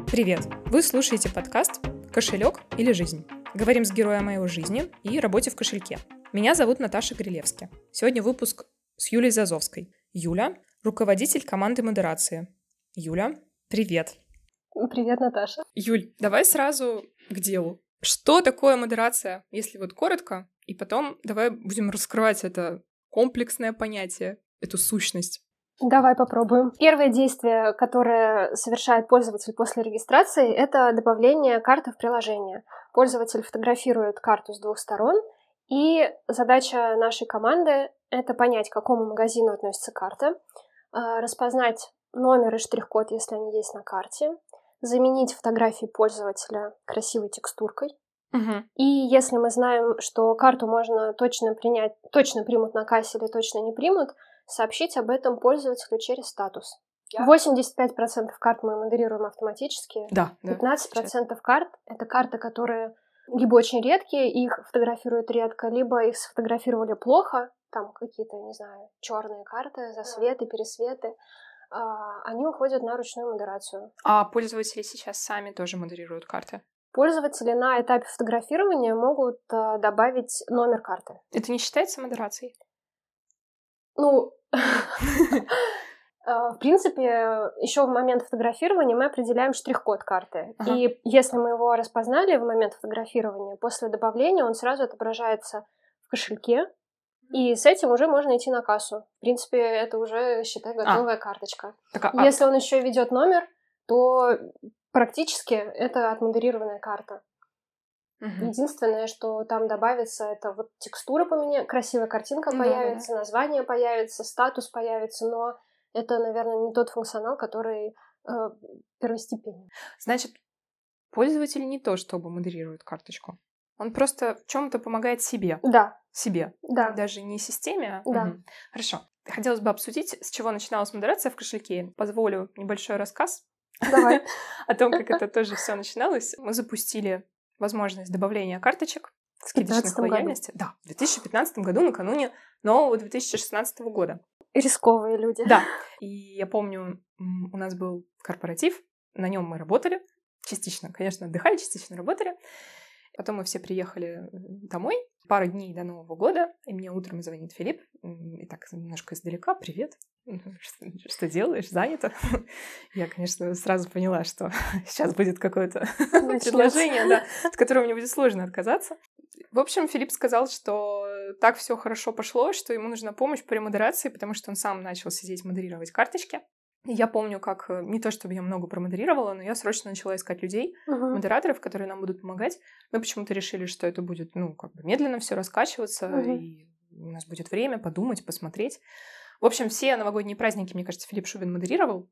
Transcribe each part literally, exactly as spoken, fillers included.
Привет! Вы слушаете подкаст «Кошелек или жизнь». Говорим с героем о его жизни и работе в кошельке. Меня зовут Наташа Грилевски. Сегодня выпуск с Юлей Зазовской. Юля – руководитель команды модерации. Юля, привет! Привет, Наташа. Юль, давай сразу к делу. Что такое модерация, если вот коротко, и потом давай будем раскрывать это комплексное понятие, эту сущность. Давай попробуем. Первое действие, которое совершает пользователь после регистрации, это добавление карты в приложение. Пользователь фотографирует карту с двух сторон, и задача нашей команды — это понять, к какому магазину относится карта, распознать номер и штрих-код, если они есть на карте, заменить фотографии пользователя красивой текстуркой. Угу. И если мы знаем, что карту можно точно принять, точно примут на кассе или точно не примут, сообщить об этом пользователю через статус. восемьдесят пять процентов карт мы модерируем автоматически. Да, да. пятнадцать процентов карт — это карты, которые либо очень редкие, их фотографируют редко, либо их сфотографировали плохо, там какие-то, не знаю, черные карты, засветы, пересветы. Они уходят на ручную модерацию. А пользователи сейчас сами тоже модерируют карты? Пользователи на этапе фотографирования могут э, добавить номер карты. Это не считается модерацией? Ну, в принципе, еще в момент фотографирования мы определяем штрих-код карты. Ага. И если мы его распознали в момент фотографирования, после добавления он сразу отображается в кошельке, и с этим уже можно идти на кассу. В принципе, это уже, считай, готовая а. карточка. Так, а... Если он еще ведет номер, то практически это отмодерированная карта. Uh-huh. Единственное, что там добавится, это вот текстура поменяется, красивая картинка uh-huh. появится, название появится, статус появится, но это, наверное, не тот функционал, который э, первостепенный. Значит, пользователь не то, чтобы модерирует карточку. Он просто в чем-то помогает себе. Да. Себе. Да. Даже не системе. Да. Угу. Хорошо. Хотелось бы обсудить, с чего начиналась модерация в кошельке. Позволю небольшой рассказ. Давай. О том, как это тоже все начиналось. Мы запустили возможность добавления карточек скидочных лояльности. Да, в две тысячи пятнадцатом году, накануне нового две тысячи шестнадцатого года. Рисковые люди. Да. И я помню, у нас был корпоратив, на нем мы работали. Частично, конечно, отдыхали, частично работали. Потом мы все приехали домой, пару дней до Нового года, и мне утром звонит Филипп, и так немножко издалека: «Привет, что, что делаешь, занята?» Я, конечно, сразу поняла, что сейчас будет какое-то предложение, да, от которого мне будет сложно отказаться. В общем, Филипп сказал, что так все хорошо пошло, что ему нужна помощь при модерации, потому что он сам начал сидеть модерировать карточки. Я помню, как не то чтобы я много промодерировала, но я срочно начала искать людей, uh-huh. модераторов, которые нам будут помогать. Мы почему-то решили, что это будет, ну, как бы медленно все раскачиваться, uh-huh. и у нас будет время подумать, посмотреть. В общем, все новогодние праздники, мне кажется, Филипп Шубин модерировал.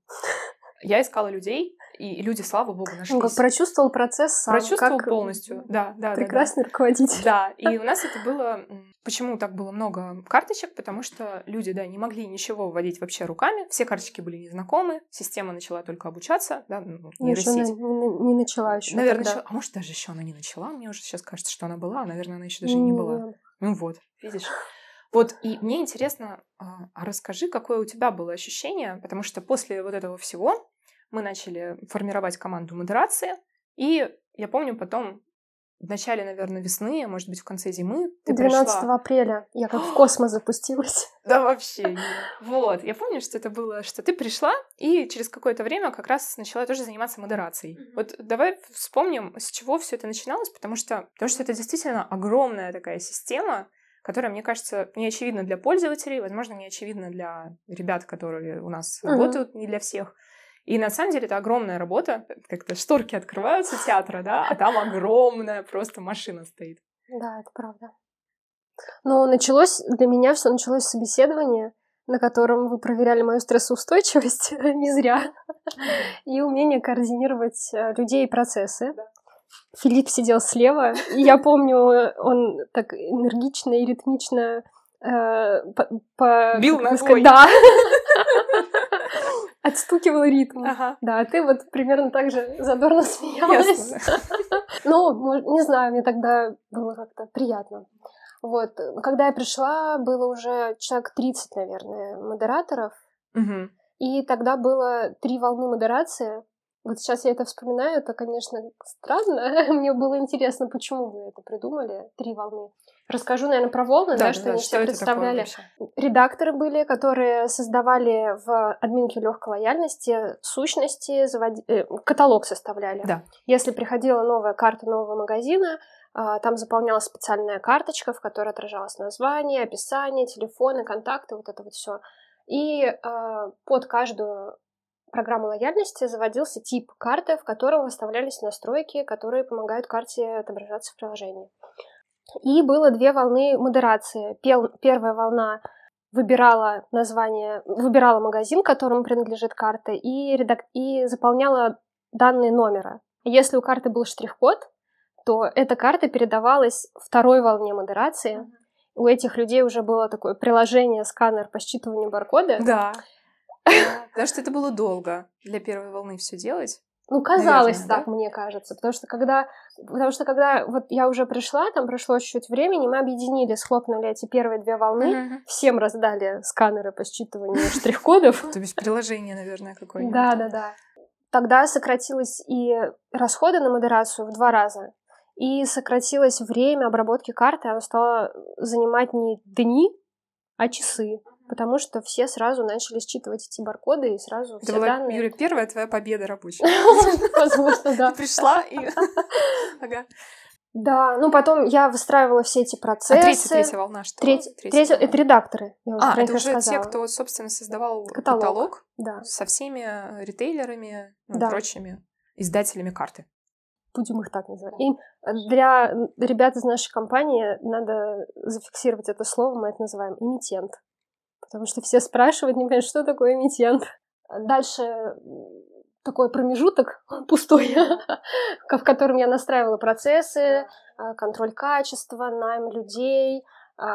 Я искала людей, и люди, слава богу, нашлись. Он как прочувствовал процесс сам. Прочувствовал как полностью, да, да. Прекрасный да, да. руководитель. Да, и у нас это было... Почему так было много карточек? Потому что люди, да, не могли ничего вводить вообще руками, все карточки были незнакомы, система начала только обучаться, да, нейросеть. Не, не начала еще. Наверное, начала... А может, даже еще она не начала? Мне уже сейчас кажется, что она была, а, наверное, она еще даже не, не была. Не. Ну вот, видишь. Вот, и мне интересно, а расскажи, какое у тебя было ощущение, потому что после вот этого всего мы начали формировать команду модерации, и я помню потом, в начале, наверное, весны, а может быть, в конце зимы ты двенадцатого пришла... апреля я как в космос запустилась. Да вообще. Вот, я помню, что это было, что ты пришла, и через какое-то время как раз начала тоже заниматься модерацией. Mm-hmm. Вот давай вспомним, с чего все это начиналось, потому что, потому что это действительно огромная такая система, которая, мне кажется, не очевидна для пользователей, возможно, не очевидна для ребят, которые у нас mm-hmm. работают, не для всех. И на самом деле это огромная работа, как-то шторки открываются театра, да, а там огромная просто машина стоит. Да, это правда. Но началось, для меня все началось с собеседования, на котором вы проверяли мою стрессоустойчивость, не зря, и умение координировать людей и процессы. Филипп сидел слева, и я помню, он так энергично и ритмично э, по, по, бил ногой. Да. Отстукивал ритм. Ага. Да, а ты вот примерно так же задорно смеялась. Ну, не знаю, мне тогда было как-то приятно. Вот. Когда я пришла, было уже человек тридцать, наверное, модераторов. Угу. И тогда было три волны модерации. Вот сейчас я это вспоминаю, это, конечно, странно. Мне было интересно, почему вы это придумали, три волны. Расскажу, наверное, про волны, да, да, что да, они что все представляли. Редакторы были, которые создавали в админке легкой лояльности сущности, заводи... э, каталог составляли. Да. Если приходила новая карта нового магазина, э, там заполнялась специальная карточка, в которой отражалось название, описание, телефоны, контакты, вот это вот все. И э, под каждую программу лояльности заводился тип карты, в котором выставлялись настройки, которые помогают карте отображаться в приложении. И было две волны модерации. Первая волна выбирала название, выбирала магазин, которому принадлежит карта, и, редак... и заполняла данные номера. Если у карты был штрих-код, то эта карта передавалась второй волне модерации. Mm-hmm. У этих людей уже было такое приложение, сканер по считыванию баркода. Да. Потому что это было долго для первой волны все делать. Ну, казалось Наверное, так, да? Мне кажется. Потому что когда, потому что когда вот я уже пришла, там прошло чуть-чуть времени, мы объединили, схлопнули эти первые две волны, uh-huh. всем раздали сканеры по считыванию штрих-кодов. То есть приложение, наверное, какое-нибудь. Да-да-да. Тогда сократилось и расходы на модерацию в два раза, и сократилось время обработки карты, оно стало занимать не дни, а часы. Потому что все сразу начали считывать эти баркоды и сразу это все была, данные... Юля, первая твоя победа рабочая. Возможно, да. Ты пришла и... Ага. Да, ну потом я выстраивала все эти процессы. А третья, третья волна что? Третья, третья, это редакторы. Я уже а, это уже сказала. те, кто, собственно, создавал каталог, каталог да. со всеми ритейлерами, ну, да. прочими издателями карты. Будем их так называть. И для ребят из нашей компании надо зафиксировать это слово, мы это называем эмитент. Потому что все спрашивают, не понимают, что такое эмитент. Дальше такой промежуток пустой, в котором я настраивала процессы, контроль качества, найм людей,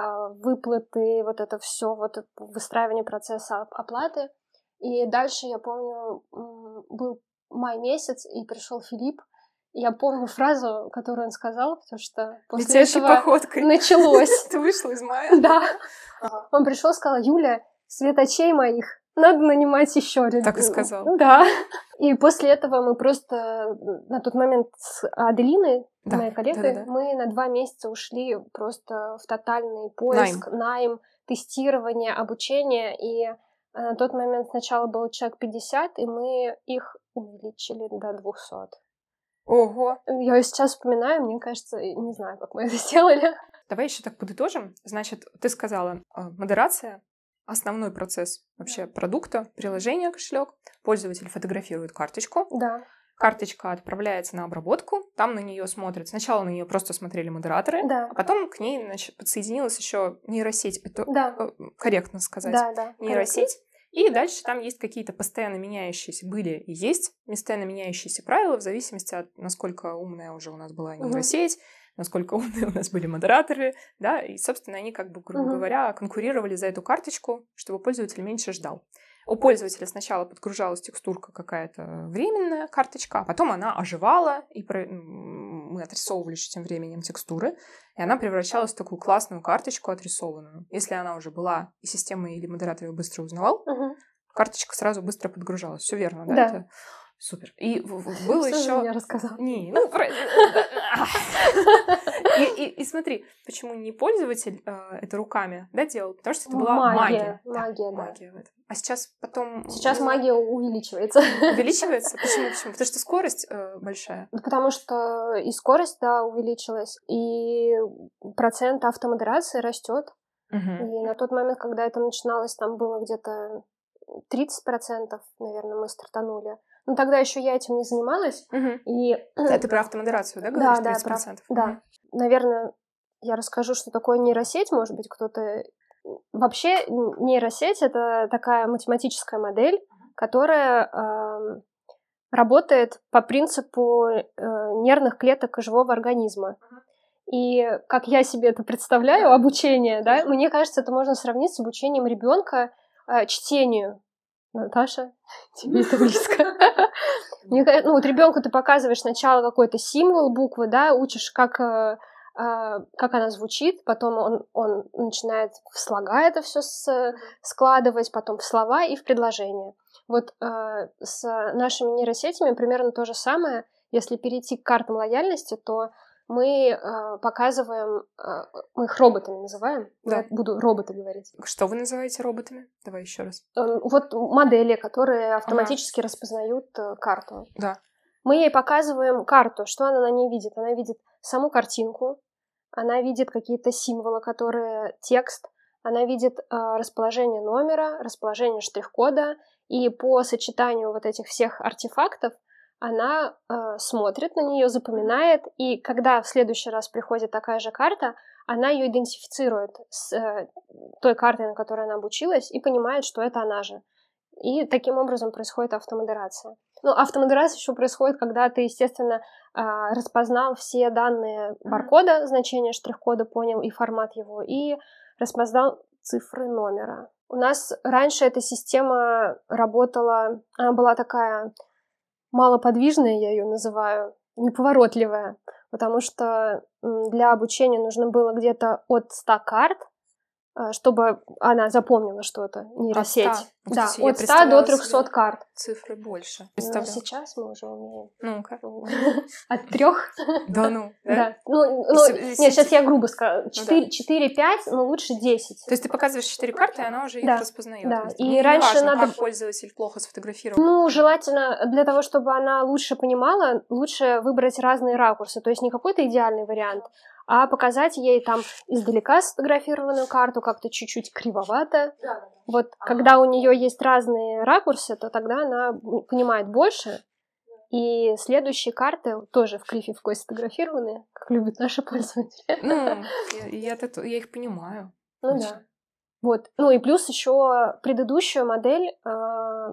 выплаты, вот это все, вот выстраивание процесса оплаты. И дальше, я помню, был май месяц, и пришел Филипп. Я помню фразу, которую он сказал, потому что после Летящей этого походкой. Началось. Ты вышла из мая? Да. Он пришел и сказал: Юля, светочей моих надо нанимать еще ребят. Так и сказал. Да. И после этого мы просто на тот момент с Аделиной, да, моей коллегой, да, да, да. мы на два месяца ушли просто в тотальный поиск, найм, найм тестирование, обучение. И на тот момент сначала было человек пятьдесят, и мы их увеличили до двухсот. Ого! Я сейчас вспоминаю, мне кажется, не знаю, как мы это сделали. Давай еще так подытожим. Значит, ты сказала, модерация — основной процесс вообще да. продукта, приложения, кошелек. Пользователь фотографирует карточку. Да. Карточка отправляется на обработку, там на нее смотрят. Сначала на нее просто смотрели модераторы, да. а потом к ней, значит, подсоединилась еще нейросеть. Это да. корректно сказать. Да, да. Нейросеть. И дальше там есть какие-то постоянно меняющиеся, были и есть постоянно меняющиеся правила в зависимости от, насколько умная уже у нас была нейросеть, угу. насколько умные у нас были модераторы, да, и, собственно, они, как бы, грубо угу. говоря, конкурировали за эту карточку, чтобы пользователь меньше ждал. У пользователя сначала подгружалась текстурка какая-то временная карточка, а потом она оживала, и про... мы отрисовывали еще тем временем текстуры, и она превращалась в такую классную карточку отрисованную. Если она уже была, и система или модератор ее быстро узнавал, угу. карточка сразу быстро подгружалась. Все верно, да? Да. Это... Супер. И было еще... еще... я рассказала. Не, ну... И, и, и смотри, почему не пользователь э, это руками, да, делал? Потому что это была магия. Магия, магия, да. Магия в этом. А сейчас потом... Сейчас ну, магия увеличивается. Увеличивается? Почему? Почему? Потому что скорость э, большая. Потому что и скорость, да, увеличилась, и процент автомодерации растет. Угу. И на тот момент, когда это начиналось, там было где-то тридцать процентов, наверное, мы стартанули. Но тогда еще я этим не занималась. Угу. И... Это про автомодерацию, да, говоришь? Да, тридцать процентов? Да, угу. да. Наверное, я расскажу, что такое нейросеть, может быть, кто-то... Вообще нейросеть — это такая математическая модель, которая э, работает по принципу э, нервных клеток живого организма. И как я себе это представляю, обучение, да, мне кажется, это можно сравнить с обучением ребенка э, чтению. Наташа, тебе это близко. Ну вот ребенку ты показываешь сначала какой-то символ, буквы, да, учишь, как как она звучит, потом он, он начинает в слога это все с, складывать, потом в слова и в предложения. Вот э, с нашими нейросетями примерно то же самое. Если перейти к картам лояльности, то мы э, показываем, э, мы их роботами называем, Да. я буду роботы говорить. Что вы называете роботами? Давай еще раз. Э, вот модели, которые автоматически ага. распознают э, карту. Да. Мы ей показываем карту, что она на ней видит. Она видит саму картинку, она видит какие-то символы, которые текст, она видит э, расположение номера, расположение штрих-кода, и по сочетанию вот этих всех артефактов она э, смотрит на нее, запоминает, и когда в следующий раз приходит такая же карта, она ее идентифицирует с э, той картой, на которой она обучилась, и понимает, что это она же. И таким образом происходит автомодерация. Ну, автомодерация еще происходит, когда ты, естественно, э, распознал все данные баркода, значение штрих-кода понял и формат его, и распознал цифры номера. У нас раньше эта система работала, она была такая малоподвижная, я ее называю, неповоротливая, потому что для обучения нужно было где-то от ста карт, чтобы она запомнила, что это нейросеть. От ста? Да, от ста до трехсот карт. Цифры больше. Но сейчас мы уже умеем. Ну-ка. От трех? Да ну. Да. Ну, нет, сейчас я грубо скажу. четыре-пять, но лучше десять. То есть ты показываешь четыре карты, и она уже их распознает. Да, и раньше надо... как пользователь плохо сфотографировал. Ну, желательно, для того, чтобы она лучше понимала, лучше выбрать разные ракурсы. То есть не какой-то идеальный вариант, а показать ей там издалека сфотографированную карту как-то чуть-чуть кривовато. Да. Вот ага. Когда у нее есть разные ракурсы, то тогда она понимает больше. И следующие карты тоже в крив и в кость сфотографированы, как любят наши пользователи. Ну, я, я, я их понимаю. Ну очень. Да. Вот. Ну и плюс еще предыдущую модель, э,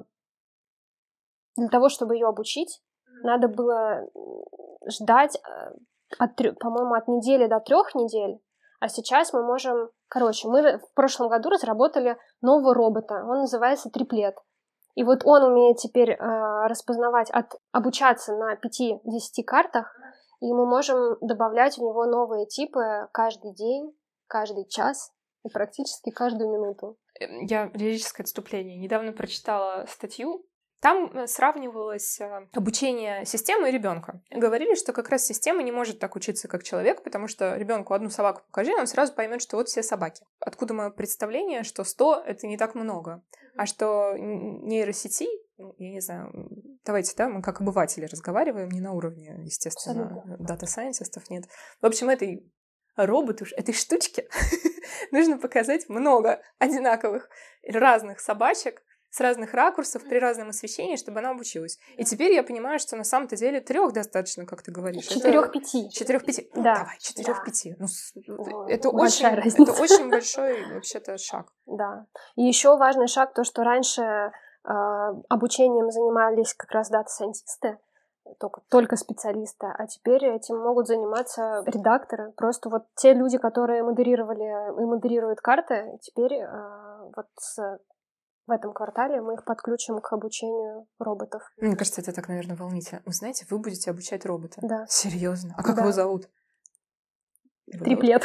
для того, чтобы ее обучить, надо было ждать... От, по-моему, от недели до трех недель, а сейчас мы можем... Короче, мы в прошлом году разработали нового робота, он называется Триплет. И вот он умеет теперь э, распознавать, от, обучаться на пяти-десяти картах, и мы можем добавлять в него новые типы каждый день, каждый час и практически каждую минуту. Я лирическое отступление. Недавно прочитала статью. Там сравнивалось обучение системы и ребенка. Говорили, что как раз система не может так учиться, как человек, потому что ребенку одну собаку покажи, он сразу поймет, что вот все собаки. Откуда мое представление, что сто — это не так много, а что нейросети, ну, я не знаю, давайте, да, мы как обыватели разговариваем, не на уровне, естественно, дата-сайентистов, нет. В общем, этой роботу, этой штучке нужно показать много одинаковых разных собачек, с разных ракурсов, при разном освещении, чтобы она обучилась. И теперь я понимаю, что на самом-то деле трех достаточно, как ты говоришь. Четырех-пяти. Четырех-пяти. Ну, да. давай, четырех-пяти. Да. Ну, это, очень, это очень большой вообще-то шаг. Да. И еще важный шаг, то, что раньше э, обучением занимались как раз дата-сайентисты, только, только специалисты, а теперь этим могут заниматься редакторы. Просто вот те люди, которые модерировали и модерируют карты, теперь э, вот с... В этом квартале мы их подключим к обучению роботов. Мне кажется, это так, наверное, волнительно. Вы знаете, вы будете обучать робота? Да. Серьезно? А как да. его зовут? Триплет.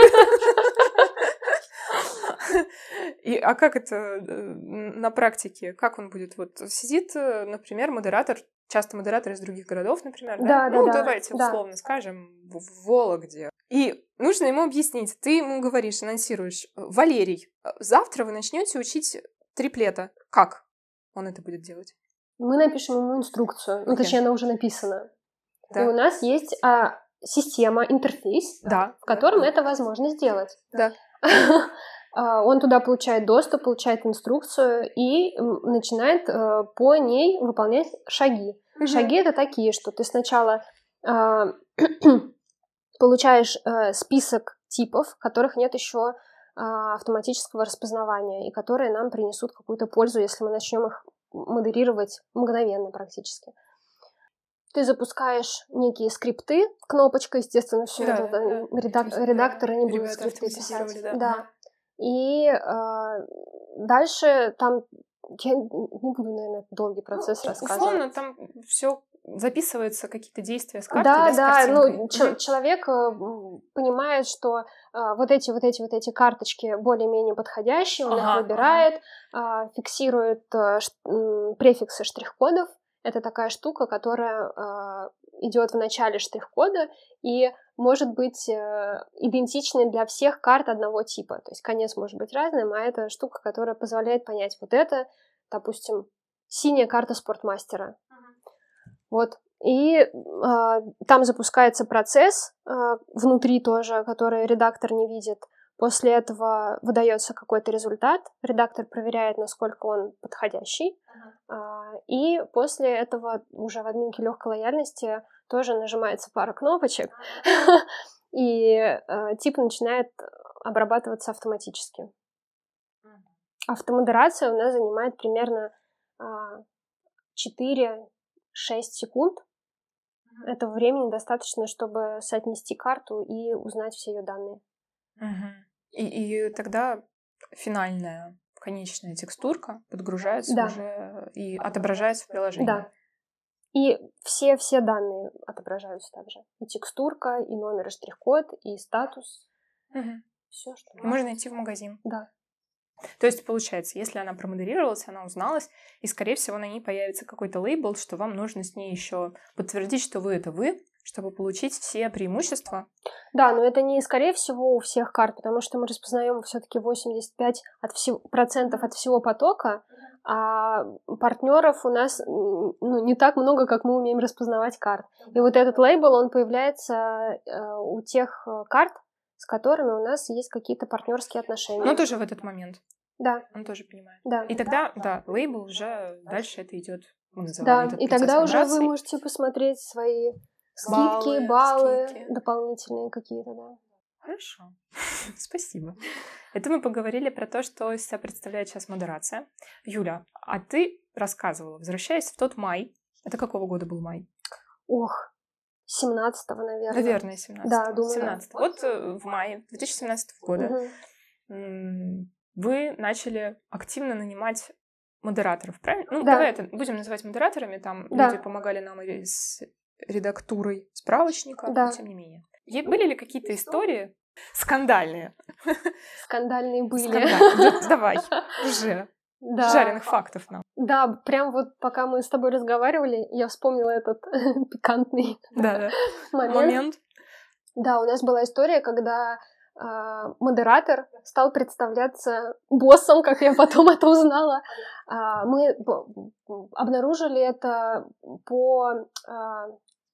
И, а как это на практике? Как он будет? Вот сидит, например, модератор, часто модератор из других городов, например, да? Да, да, ну, да. давайте да. условно скажем, в Вологде. И нужно ему объяснить. Ты ему говоришь, анонсируешь: Валерий, завтра вы начнете учить Триплета. Как он это будет делать? Мы напишем ему инструкцию. Okay. Ну, точнее, она уже написана. Да. И у нас есть а, система, интерфейс, да. в котором да. это возможно сделать. Да. Он туда получает доступ, получает инструкцию и начинает а, по ней выполнять шаги. Mm-hmm. Шаги — это такие, что ты сначала а, получаешь а, список типов, которых нет еще автоматического распознавания, и которые нам принесут какую-то пользу, если мы начнем их модерировать мгновенно практически. Ты запускаешь некие скрипты, кнопочка, естественно, все да, это, да, редак, да. редакторы не будут Ребята скрипты писать. Да. Да. И э, дальше там, я не буду, наверное, долгий процесс ну, рассказывать. Условно, там все записываются какие-то действия с карты, да, да, да, с ну, картинкой? ч- человек э, понимает, что э, вот эти, вот эти, вот эти карточки более-менее подходящие, он Ага, их выбирает, э, фиксирует э, ш- м, префиксы штрих-кодов. Это такая штука, которая э, идет в начале штрих-кода и может быть э, идентичной для всех карт одного типа. То есть конец может быть разным, а это штука, которая позволяет понять, вот это, допустим, синяя карта спортмастера. Вот. И э, там запускается процесс э, внутри тоже, который редактор не видит. После этого выдается какой-то результат, редактор проверяет, насколько он подходящий, uh-huh. э, и после этого уже в админке легкой лояльности тоже нажимается пара кнопочек, uh-huh. и э, тип начинает обрабатываться автоматически. Uh-huh. Автомодерация у нас занимает примерно э, четыре-шесть секунд. Uh-huh. Этого времени достаточно, чтобы соотнести карту и узнать все ее данные. Uh-huh. И, и тогда финальная, конечная текстурка подгружается да. уже и отображается в приложении. Да. И все-все данные отображаются также. И текстурка, и номер, и штрих-код, и статус. Uh-huh. Все, что и можно идти в магазин. Да. То есть, получается, если она промодерировалась, она узналась, и, скорее всего, на ней появится какой-то лейбл, что вам нужно с ней еще подтвердить, что вы — это вы, чтобы получить все преимущества. Да, но это не, скорее всего, у всех карт, потому что мы распознаем все-таки восемьдесят пять процентов от всего потока, а партнеров у нас ну, не так много, как мы умеем распознавать карт. И вот этот лейбл, он появляется э, у тех карт, с которыми у нас есть какие-то партнерские отношения. Но тоже в этот момент. Да. Он тоже понимает. Да. И тогда, да, лейбл уже дальше это идет, мы называем да, этот и процесс тогда миграции. уже вы можете посмотреть свои скидки, баллы, баллы скидки. дополнительные какие-то, да. Хорошо. Спасибо. Это мы поговорили про то, что из себя представляет сейчас модерация. Юля, а ты рассказывала, возвращаясь в тот май, это какого года был май? Ох, семнадцатого, наверное. Наверное, семнадцатого. Да, думаю, семнадцатого. да. Вот в мае две тысячи семнадцатого года угу. вы начали активно нанимать модераторов, правильно? Ну, да. давай это будем называть модераторами. Там да. люди помогали нам и с редактурой справочника, да. но тем не менее. Были ли какие-то истории скандальные? Скандальные были. Скандальные. Давай, уже. Да. Жареных фактов нам. Да, прям вот пока мы с тобой разговаривали, я вспомнила этот пикантный да, да. момент. момент. Да, у нас была история, когда э, модератор стал представляться боссом, как я потом это узнала. Э, мы обнаружили это по... Э,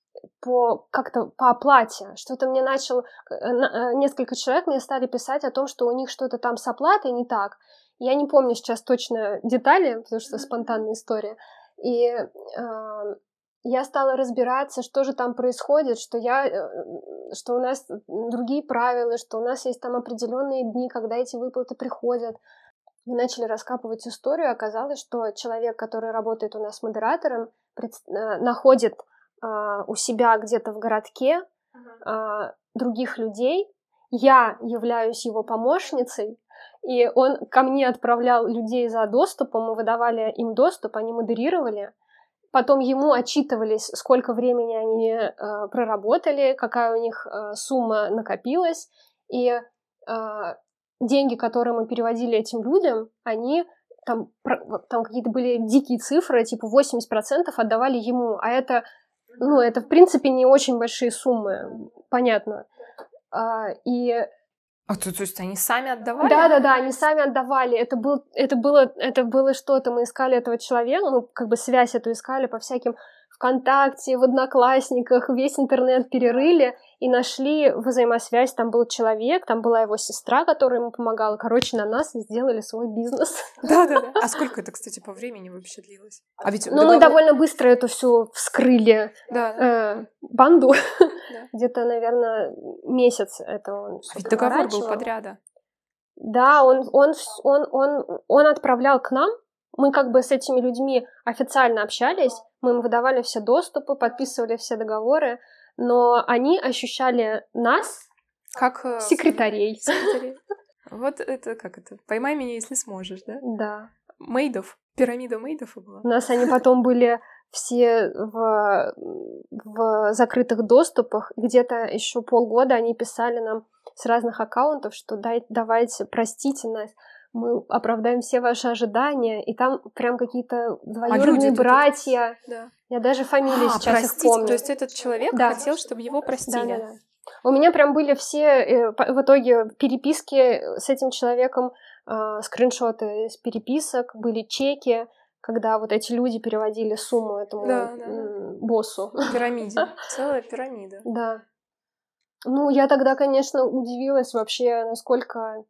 по как-то по оплате. Что-то мне начал... Несколько человек мне стали писать о том, что у них что-то там с оплатой не так. Я не помню сейчас точно детали, потому что спонтанная история. И э, я стала разбираться, что же там происходит, что, я, э, что у нас другие правила, что у нас есть там определенные дни, когда эти выплаты приходят. Мы начали раскапывать историю. Оказалось, что человек, который работает у нас модератором, пред, э, находит э, у себя где-то в городке э, других людей. Я являюсь его помощницей, и он ко мне отправлял людей за доступом, мы выдавали им доступ, они модерировали. Потом ему отчитывались, сколько времени они э, проработали, какая у них э, сумма накопилась. И э, деньги, которые мы переводили этим людям, они там, там какие-то были дикие цифры, типа восемьдесят процентов отдавали ему. А это, ну, это в принципе не очень большие суммы, понятно. А, и А то, то есть они сами отдавали? Да-да-да, они сами отдавали. Это, был, это, было, это было что-то, мы искали этого человека, ну, как бы связь эту искали по всяким ВКонтакте, в Одноклассниках, весь интернет перерыли и нашли взаимосвязь. Там был человек, там была его сестра, которая ему помогала. Короче, на нас сделали свой бизнес. Да-да-да. А сколько это, кстати, по времени вообще длилось? А ведь ну, договор... мы довольно быстро эту всю вскрыли да. э, банду. Да. Где-то, наверное, месяц это он. А ведь договор был подряда. Да, он, он, он, он, он отправлял к нам. Мы как бы с этими людьми официально общались, мы им выдавали все доступы, подписывали все договоры, но они ощущали нас как секретарей. секретарей. Вот это как это? Поймай меня, если сможешь, да? Да. Мейдов. Пирамида мейдов была. У нас они потом были все в, в закрытых доступах. Где-то еще полгода они писали нам с разных аккаунтов, что дай, давайте, простите нас, мы оправдаем все ваши ожидания. И там прям какие-то двоюродные а братья. Тут... Да. Я даже фамилии а, сейчас простите, их помню. То есть этот человек да. хотел, чтобы его простили. Да, да, да. У меня прям были все в итоге переписки с этим человеком, э, скриншоты из переписок, были чеки, когда вот эти люди переводили сумму этому да, да. боссу. Пирамиде. Целая пирамида. Да. Ну, я тогда, конечно, удивилась вообще, насколько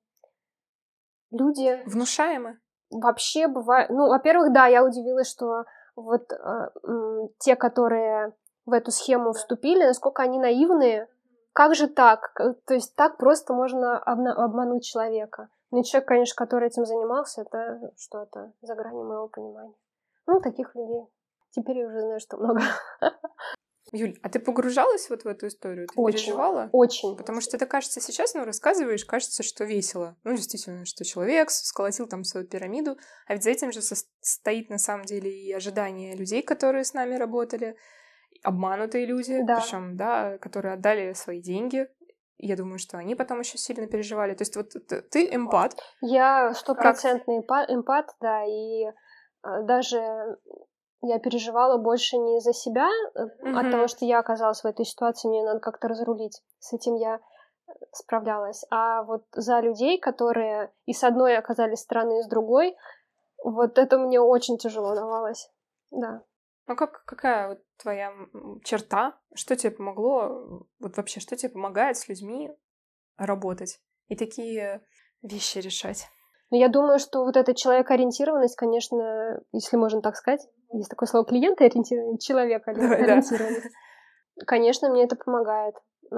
люди... Внушаемы? Вообще бывает... Ну, во-первых, да, я удивилась, что вот э, э, те, которые в эту схему вступили, насколько они наивные. Как же так? То есть так просто можно обмануть человека. Ну, человек, конечно, который этим занимался, это что-то за гранью моего понимания. Ну, таких людей. Теперь я уже знаю, что много. Юль, а ты погружалась вот в эту историю? Ты очень, переживала? Очень. Потому что это, кажется, сейчас, ну, рассказываешь, кажется, что весело. Ну, действительно, что человек сколотил там свою пирамиду, а ведь за этим же стоит на самом деле и ожидание людей, которые с нами работали, обманутые люди, да. причем, да, которые отдали свои деньги. Я думаю, что они потом еще сильно переживали. То есть вот ты, ты эмпат. Я стопроцентный эмпат, да, и даже я переживала больше не за себя, mm-hmm. от того, что я оказалась в этой ситуации, мне надо как-то разрулить. С этим я справлялась. А вот за людей, которые и с одной оказались стороны, и с другой, вот это мне очень тяжело давалось, да. Ну, как, какая вот твоя черта? Что тебе помогло? Вот вообще, что тебе помогает с людьми работать и такие вещи решать? Ну, я думаю, что вот эта человекоориентированность, конечно, если можно так сказать, есть такое слово клиентоориентированность, человекоориентированность. Да. Конечно, мне это помогает.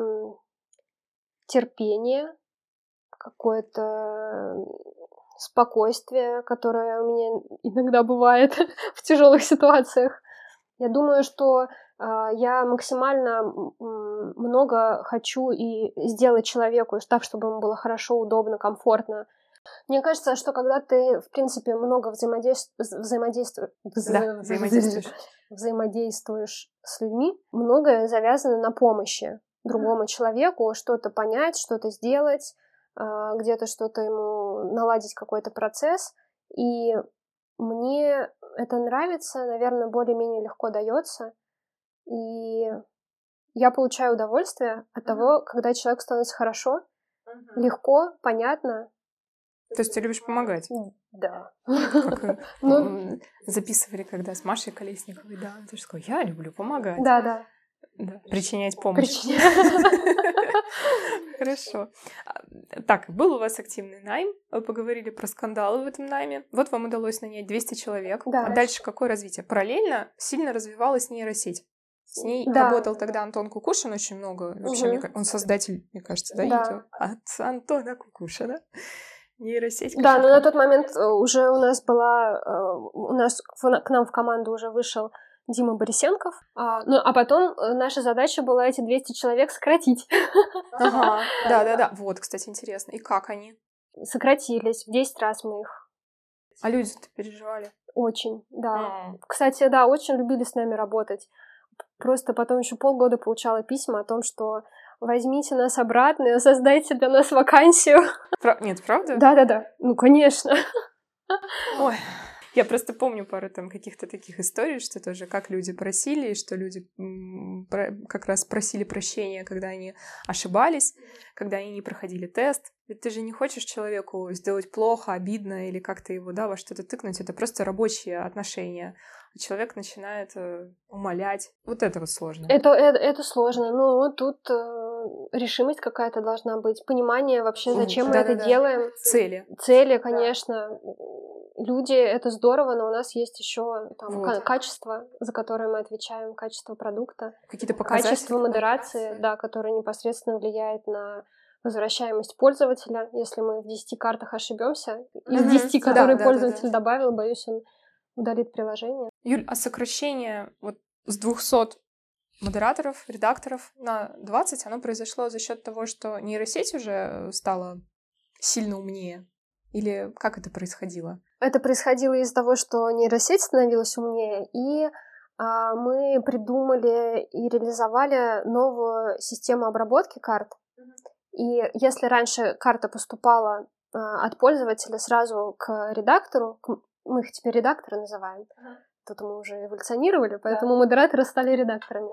Терпение, какое-то спокойствие, которое у меня иногда бывает в тяжелых ситуациях. Я думаю, что э, я максимально м- много хочу и сделать человеку так, чтобы ему было хорошо, удобно, комфортно. Мне кажется, что когда ты, в принципе, много взаимодейств... взаимодействуешь... Да, взаимодействуешь. взаимодействуешь с людьми, многое завязано на помощи другому mm-hmm. человеку, что-то понять, что-то сделать, э, где-то что-то ему наладить какой-то процесс. И мне это нравится, наверное, более-менее легко дается. И я получаю удовольствие от mm-hmm. того, когда человеку становится хорошо, mm-hmm. легко, понятно. То есть ты любишь помогать? Да. Как ну, записывали когда с Машей Колесниковой, да. Ты же сказала, я люблю помогать. Да, да. Да. Причинять помощь. Хорошо. Так, был у вас активный найм. Вы поговорили про скандалы в этом найме. Вот вам удалось нанять двести человек. Да. А дальше какое развитие? Параллельно сильно развивалась нейросеть. С ней да. работал тогда Антон Кукушин очень много. Вообще, угу. мне, он создатель, мне кажется, да, да. видео. От Антона Кукушина. Нейросеть. Да, но на тот момент уже у нас была... У нас к нам в команду уже вышел Дима Борисенков. А, ну, а потом наша задача была эти двести человек сократить. Ага, да-да-да. Вот, кстати, интересно. И как они? Сократились. В десять раз мы их. А люди-то переживали? Очень, да. Mm. Кстати, да, очень любили с нами работать. Просто потом еще полгода получала письма о том, что возьмите нас обратно, создайте для нас вакансию. Про... Нет, правда? Да-да-да. Ну, конечно. Ой. Я просто помню пару там каких-то таких историй, что тоже как люди просили, что люди м- про- как раз просили прощения, когда они ошибались, когда они не проходили тест. Ведь ты же не хочешь человеку сделать плохо, обидно или как-то его, да, во что-то тыкнуть. Это просто рабочие отношения. А человек начинает э, умолять. Вот это вот сложно. Это, это, это сложно. Ну, тут э, решимость какая-то должна быть. Понимание вообще, зачем mm, мы это делаем. Цели. Цели, конечно. Да. Люди — это здорово, но у нас есть еще там вот. к- качество, за которое мы отвечаем, качество продукта. Какие-то показатели. Качество модерации, да, которое непосредственно влияет на возвращаемость пользователя. Если мы в десяти картах ошибемся, из десяти, mm-hmm. которые да, пользователь да, да, да. добавил, боюсь, он удалит приложение. Юль, а сокращение вот с двухсот модераторов, редакторов на двадцать, оно произошло за счет того, что нейросеть уже стала сильно умнее? Или как это происходило? Это происходило из-за того, что нейросеть становилась умнее, и мы придумали и реализовали новую систему обработки карт. И если раньше карта поступала от пользователя сразу к редактору, к... мы их теперь редакторы называем, тут мы уже эволюционировали, поэтому да. Модераторы стали редакторами,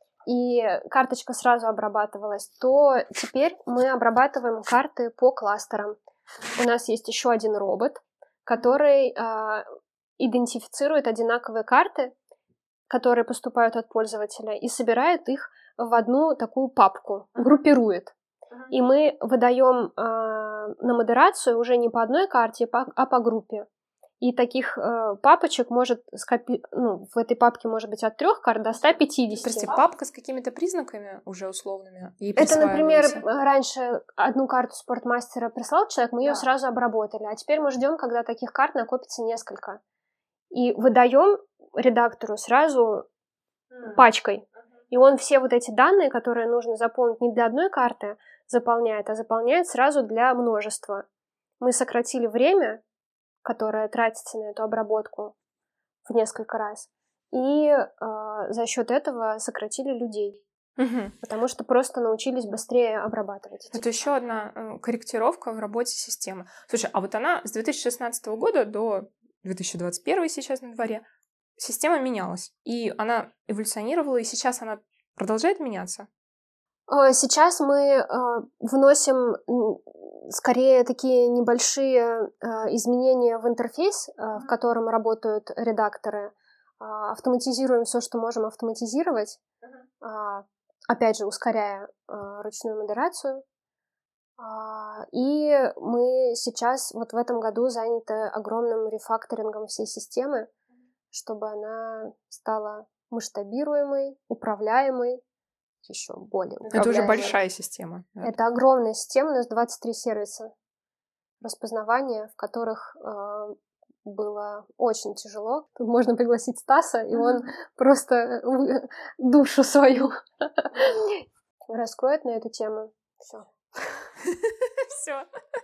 и карточка сразу обрабатывалась, то теперь мы обрабатываем карты по кластерам. У нас есть еще один робот, который э, идентифицирует одинаковые карты, которые поступают от пользователя, и собирает их в одну такую папку, группирует. И мы выдаем э, на модерацию уже не по одной карте, а по группе. И таких э, папочек может скопи... ну, в этой папке может быть от трех карт до ста пятидесяти. Прости, папка с какими-то признаками уже условными? Это, например, раньше одну карту спортмастера прислал человек, мы да. ее сразу обработали, а теперь мы ждем, когда таких карт накопится несколько. И выдаем редактору сразу mm. пачкой. И он все вот эти данные, которые нужно заполнить не для одной карты, заполняет, а заполняет сразу для множества. Мы сократили время, которое тратится на эту обработку, в несколько раз. И э, за счет этого сократили людей. Угу. Потому что просто научились быстрее обрабатывать. Это еще одна э, корректировка в работе системы. Слушай, а вот она с две тысячи шестнадцатого года до две тысячи двадцать первого сейчас на дворе, система менялась. И она эволюционировала, и сейчас она продолжает меняться. Сейчас мы э, вносим скорее такие небольшие э, изменения в интерфейс, э, в котором работают редакторы. Э, автоматизируем все, что можем автоматизировать, э, опять же, ускоряя э, ручную модерацию. Э, и мы сейчас вот в этом году заняты огромным рефакторингом всей системы, чтобы она стала масштабируемой, управляемой, еще более управляемой. Это уже большая система. Да? Это огромная система, у нас двадцать три сервиса распознавания, в которых э, было очень тяжело. Тут можно пригласить Стаса, и он просто душу свою раскроет на эту тему. Все. Все.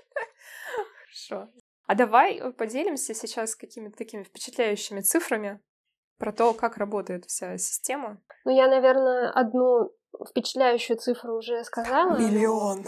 Хорошо. А давай поделимся сейчас какими-то такими впечатляющими цифрами про то, как работает вся система. Ну, я, наверное, одну впечатляющую цифру уже сказала. Миллион.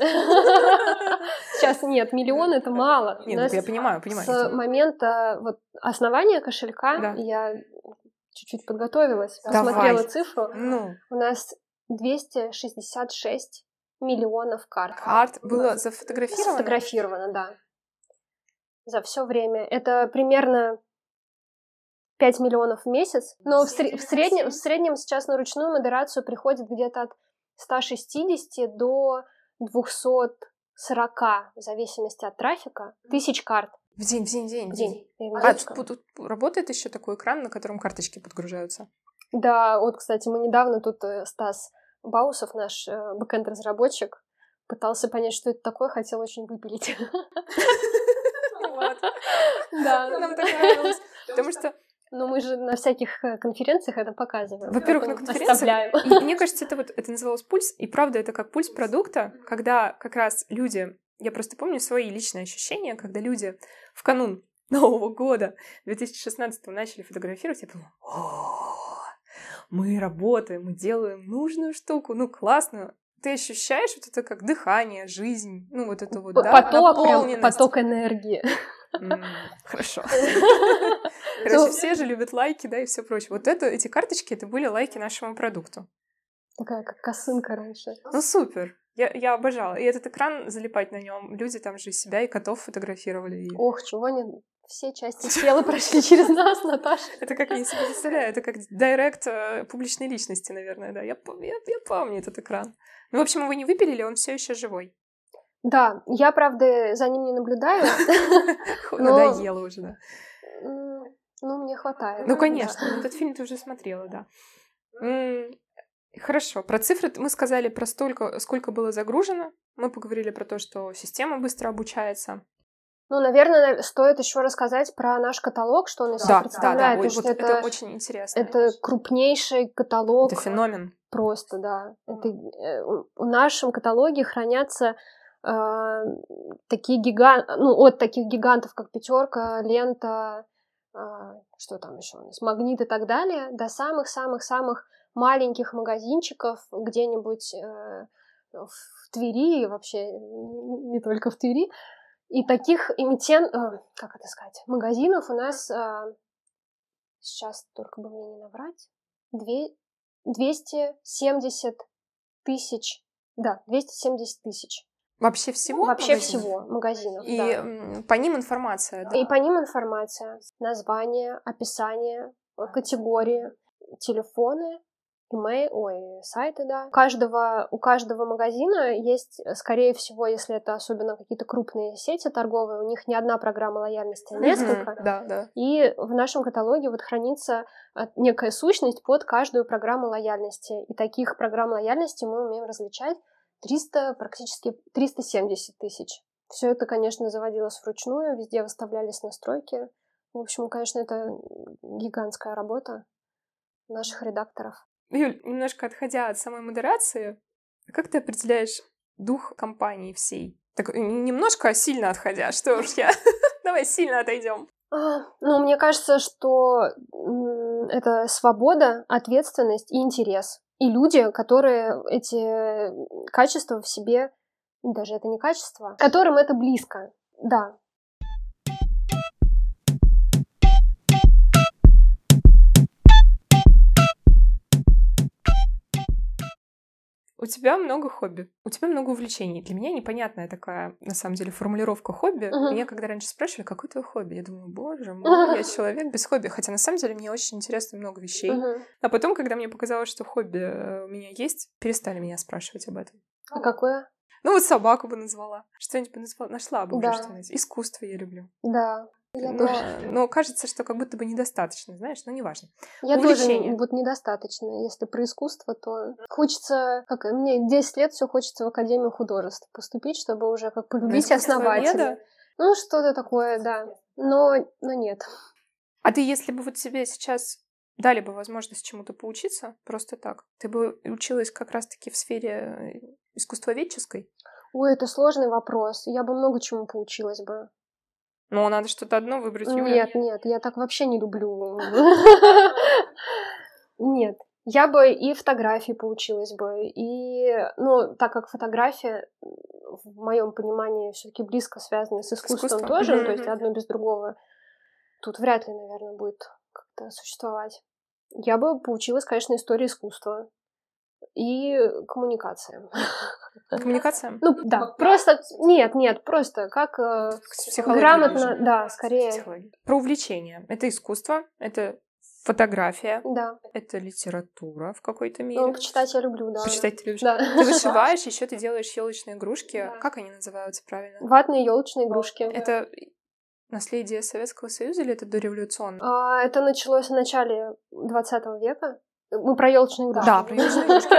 Сейчас нет, миллион — это мало. Нет, я понимаю, понимаю. С момента вот основания кошелька да. я чуть-чуть подготовилась, посмотрела Давай. цифру. Ну. У нас двести шестьдесят шесть миллионов карт. Карт было зафотографировано? Сфотографировано, да. За все время. Это примерно пять миллионов в месяц, но в, сре- в, среднем, в среднем сейчас на ручную модерацию приходит где-то от ста шестидесяти до двухсот сорока, в зависимости от трафика, тысяч карт. В день, в день, в день. В день. А тут, тут работает еще такой экран, на котором карточки подгружаются? Да, вот, кстати, мы недавно тут, Стас Баусов, наш бэкэнд-разработчик, пытался понять, что это такое, хотел очень выпилить. Вот. Да. Нам так нравилось. Потому что но мы же на всяких конференциях это показываем. Во-первых, на конференциях. И мне кажется, это вот это называлось пульс, и правда, это как пульс продукта, когда как раз люди, я просто помню свои личные ощущения, когда люди в канун Нового года две тысячи шестнадцатого начали фотографировать, я подумала, о, мы работаем, мы делаем нужную штуку, ну классно. Ты ощущаешь вот это как дыхание, жизнь, ну вот это вот, да, поток, прям поток энергии. Хорошо. Короче, все же любят лайки, да, и все прочее. Вот это, эти карточки, это были лайки нашему продукту. Такая, как косынка раньше. Ну, супер. Я, я обожала. И этот экран залипать на нем. Люди там же себя и котов фотографировали. И... Ох, чего они... Все части тела прошли через нас, Наташа. Это как я себе представляю, это как директ публичной личности, наверное, да. Я, я, я помню этот экран. Ну, в общем, его не выпилили, он все еще живой. Да, я, правда, за ним не наблюдаю. Надоело уже, да. Ну, мне хватает. Ну, конечно, этот фильм ты уже смотрела, да. Хорошо, про цифры мы сказали про столько, сколько было загружено. Мы поговорили про то, что система быстро обучается. Ну, наверное, стоит еще рассказать про наш каталог, что он из себя да, представляет. Да, да, вот это, это очень интересно. Это крупнейший каталог. Это феномен. Просто, да. Это, э, в нашем каталоге хранятся э, такие гиганты, ну, от таких гигантов, как Пятерка, Лента, что там еще у нас, Магнит и так далее, до самых-самых-самых маленьких магазинчиков где-нибудь э, в Твери, вообще не только в Твери. И таких эмитен, э, как это сказать, магазинов у нас э, сейчас, только бы мне не наврать, двести семьдесят тысяч, да, двести семьдесят тысяч. Вообще всего? Вообще магазинов? всего магазинов, И да. по ним информация, да? И по ним информация, название, описание, категории, телефоны, имейл, ой, сайты, да. У каждого, у каждого магазина есть, скорее всего, если это особенно какие-то крупные сети торговые, у них не одна программа лояльности, а несколько. Mm-hmm. Да, да. И в нашем каталоге вот хранится некая сущность под каждую программу лояльности. И таких программ лояльности мы умеем различать триста, практически триста семьдесят тысяч. Все это, конечно, заводилось вручную, везде выставлялись настройки. В общем, конечно, это гигантская работа наших редакторов. Юль, немножко отходя от самой модерации, как ты определяешь дух компании всей? Так немножко сильно отходя, что уж я... Давай сильно отойдем. Ну, мне кажется, что это свобода, ответственность и интерес. И люди, которые эти качества в себе, даже это не качество, которым это близко, да. У тебя много хобби, у тебя много увлечений. Для меня непонятная такая, на самом деле, формулировка хобби. Uh-huh. Меня когда раньше спрашивали, какое твое хобби, я думаю, боже мой, uh-huh. я человек без хобби. Хотя на самом деле мне очень интересно много вещей. Uh-huh. А потом, когда мне показалось, что хобби у меня есть, перестали меня спрашивать об этом. А какое? Ну вот собаку бы назвала. Что-нибудь бы назвала, нашла бы да. уже что-нибудь. Искусство я люблю. Да. Но, но кажется, что как будто бы недостаточно, знаешь, но неважно. Я Увлечение. тоже вот недостаточно. Если про искусство, то хочется, как мне десять лет все хочется в Академию художеств поступить, чтобы уже как полюбить основателя. Ну, что-то такое, да. Но, но нет. А ты, если бы вот тебе сейчас дали бы возможность чему-то поучиться, просто так, ты бы училась как раз-таки в сфере искусствоведческой? Ой, это сложный вопрос. Я бы много чему поучилась бы. Ну, надо что-то одно выбрать, Юля. Нет, нет, я так вообще не люблю. Нет. Я бы и фотографии поучилась бы, и, ну, так как фотография, в моем понимании, все-таки близко связана с искусством Искусство? тоже, mm-hmm. то есть одно без другого, тут вряд ли, наверное, будет как-то существовать. Я бы поучилась, конечно, истории искусства и коммуникациям. Коммуникациям? Ну, да, просто, нет, нет, просто как э, грамотно, ближе. Да, скорее. Психология. Про увлечение. Это искусство, это фотография, да. это литература в какой-то мере. Ну, почитать я люблю, да. Почитать ты любишь? Да. Ты вышиваешь, еще ты делаешь елочные игрушки. Да. Как они называются правильно? Ватные елочные игрушки. Это наследие Советского Союза или это дореволюционно? А, это началось в начале двадцатого века. Мы про елочные игрушки. Да, про елочные игрушки.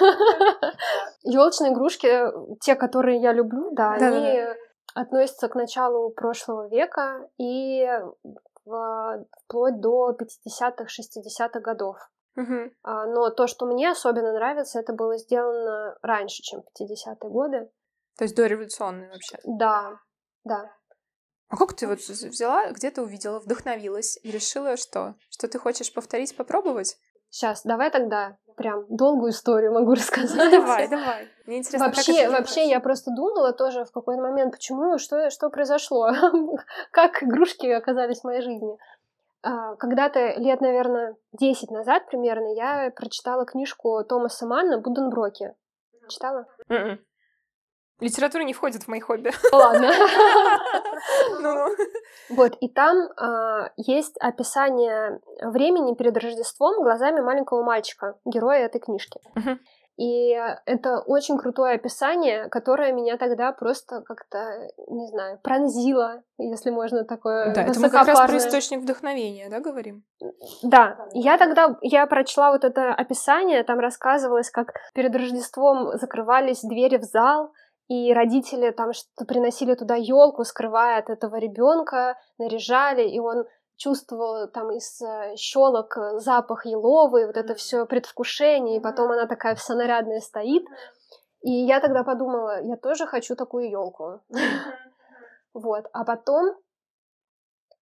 Елочные игрушки, те, которые я люблю, да, они относятся к началу прошлого века и вплоть до пятидесятых, шестидесятых годов. Но то, что мне особенно нравится, это было сделано раньше, чем пятидесятые годы. То есть дореволюционные вообще? Да, да. А как ты вот взяла, где-то увидела, вдохновилась и решила, что? Что ты хочешь повторить, попробовать? Сейчас, давай тогда прям долгую историю могу рассказать. Ну, давай, давай. Мне интересно, вообще, как это вообще я просто думала тоже в какой-то момент, почему, что, что произошло, как игрушки оказались в моей жизни. Когда-то лет, наверное, десять назад примерно я прочитала книжку Томаса Манна «Буденброки». Читала? Mm-mm. Литература не входит в мои хобби. Ладно. Ну-ну. Вот, и там э, есть описание времени перед Рождеством глазами маленького мальчика, героя этой книжки. Uh-huh. И это очень крутое описание, которое меня тогда просто как-то, не знаю, пронзило, если можно такое Да, это мы как раз про источник вдохновения, да, говорим? Да, я тогда, я прочла вот это описание, там рассказывалось, как перед Рождеством закрывались двери в зал, и родители там что-то приносили туда елку, скрывая от этого ребенка, наряжали, и он чувствовал там из щелок запах еловый, вот это все предвкушение, и потом она такая вся нарядная стоит. И я тогда подумала, я тоже хочу такую елку. Вот, а потом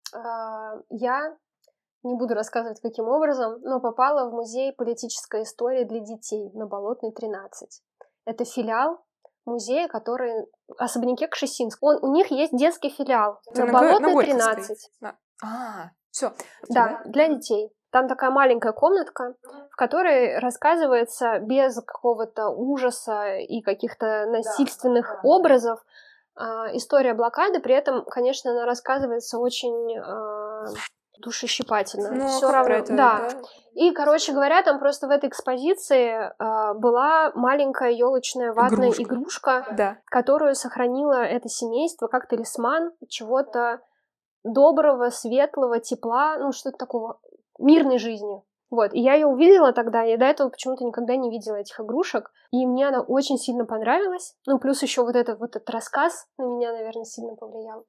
Я не буду рассказывать, каким образом, но попала в музей политической истории для детей на Болотной, тринадцать. Это филиал музея, который в особняке Кшесинск. Он, у них есть детский филиал Это на на Го- на Болотной, Горьковской. тринадцать. На- А, все. Да, для детей. Там такая маленькая комнатка, в которой рассказывается без какого-то ужаса и каких-то насильственных образов а, история блокады. При этом, конечно, она рассказывается очень а, душещипательно. Ну, Всё как равно- про это, да. да? И, короче говоря, там просто в этой экспозиции а, была маленькая елочная ватная Игрушка. игрушка, Да. которую сохранило это семейство как талисман чего-то доброго, светлого, тепла, ну, что-то такого, мирной жизни. Вот, и я ее увидела тогда, я до этого почему-то никогда не видела этих игрушек, и мне она очень сильно понравилась. Ну, плюс еще вот этот вот этот рассказ на меня, наверное, сильно повлиял.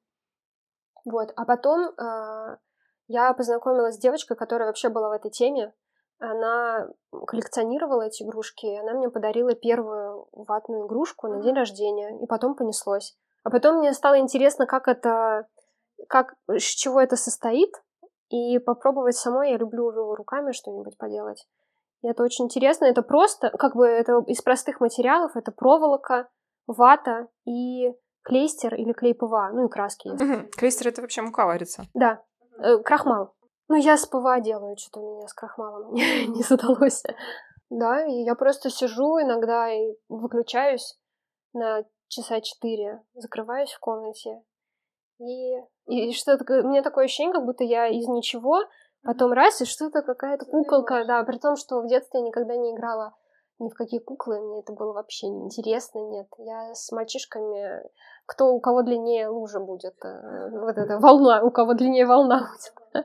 Вот, а потом э, я познакомилась с девочкой, которая вообще была в этой теме. Она коллекционировала эти игрушки, и она мне подарила первую ватную игрушку на день рождения, и потом понеслось. А потом мне стало интересно, как это, как, из чего это состоит, и попробовать самой. Я люблю руками что-нибудь поделать. И это очень интересно. Это просто, как бы, это из простых материалов. Это проволока, вата и клейстер или клей ПВА. Ну и краски есть. Мгм. Клейстер — это вообще мука варится. Да, э, крахмал. Ну, я с ПВА делаю, что-то у меня с крахмалом не, не задалось. Да, и я просто сижу иногда и выключаюсь на часа четыре, закрываюсь в комнате. И, и что-то, у меня такое ощущение, как будто я из ничего, потом раз, и что-то какая-то куколка, да, при том, что в детстве я никогда не играла ни в какие куклы, мне это было вообще неинтересно, нет. Я с мальчишками, кто, у кого длиннее лужа будет, э, вот эта волна, у кого длиннее волна будет.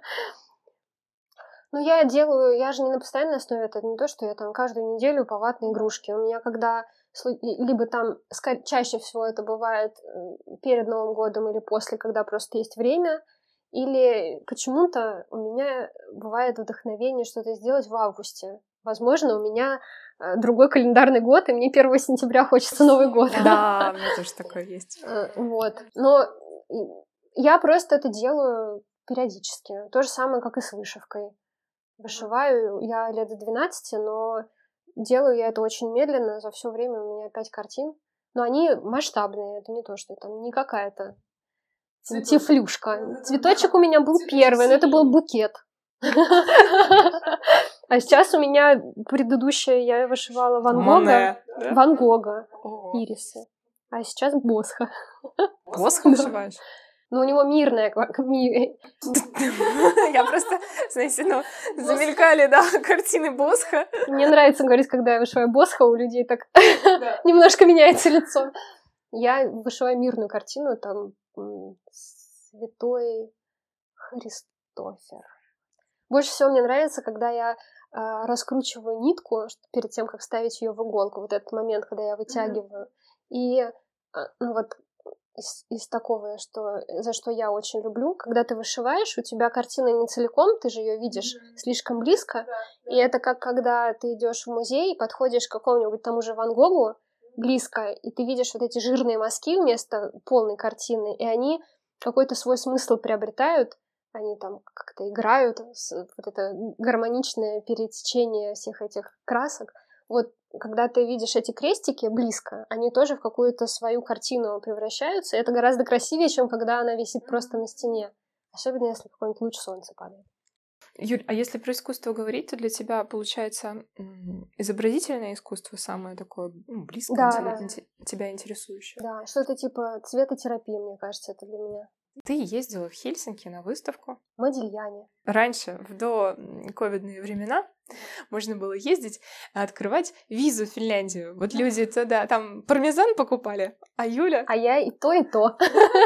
Ну, я делаю, я же не на постоянной основе, это не то, что я там каждую неделю по ватной игрушке. У меня когда, либо там, чаще всего это бывает перед Новым годом или после, когда просто есть время, или почему-то у меня бывает вдохновение что-то сделать в августе. Возможно, у меня другой календарный год, и мне первого сентября хочется Новый год. Да, у меня тоже такое есть. Вот. Но я просто это делаю периодически. То же самое, как и с вышивкой. Вышиваю я лет с двенадцати, но делаю я это очень медленно. За все время у меня пять картин. Но они масштабные. Это не то, что там не какая-то тефлюшка. Цветочек у меня был первый, но это был букет. А сейчас у меня предыдущая, я вышивала Ван Гога. Ван Гога. Ирисы. А сейчас Босха. Босха вышиваешь? Ну, у него мирная... Я просто, знаете, ну, замелькали, да, картины Босха. Мне нравится говорить, когда я вышиваю Босха, у людей так немножко меняется лицо. Я вышиваю мирную картину, там, Святой Христофер. Больше всего мне нравится, когда я раскручиваю нитку перед тем, как вставить ее в иголку. Вот этот момент, когда я вытягиваю. И, ну, вот... Из, из такого, что, за что я очень люблю, когда ты вышиваешь, у тебя картина не целиком, ты же ее видишь mm-hmm. слишком близко, да, да. И это как когда ты идешь в музей и подходишь к какому-нибудь тому же Ван Гогу близко, и ты видишь вот эти жирные мазки вместо полной картины, и они какой-то свой смысл приобретают, они там как-то играют, вот это гармоничное перетечение всех этих красок. Вот когда ты видишь эти крестики близко, они тоже в какую-то свою картину превращаются. И это гораздо красивее, чем когда она висит просто на стене. Особенно, если какой-нибудь луч солнца падает. Юль, а если про искусство говорить, то для тебя, получается, изобразительное искусство самое такое, ну, близкое, да, тебя, да. тебя интересующее? Да, что-то типа цветотерапии, мне кажется, это для меня. Ты ездила в Хельсинки на выставку. Модильяне. Раньше, в доковидные времена, можно было ездить, открывать визу в Финляндию. Вот люди-то, да, там пармезан покупали, а Юля... А я и то, и то.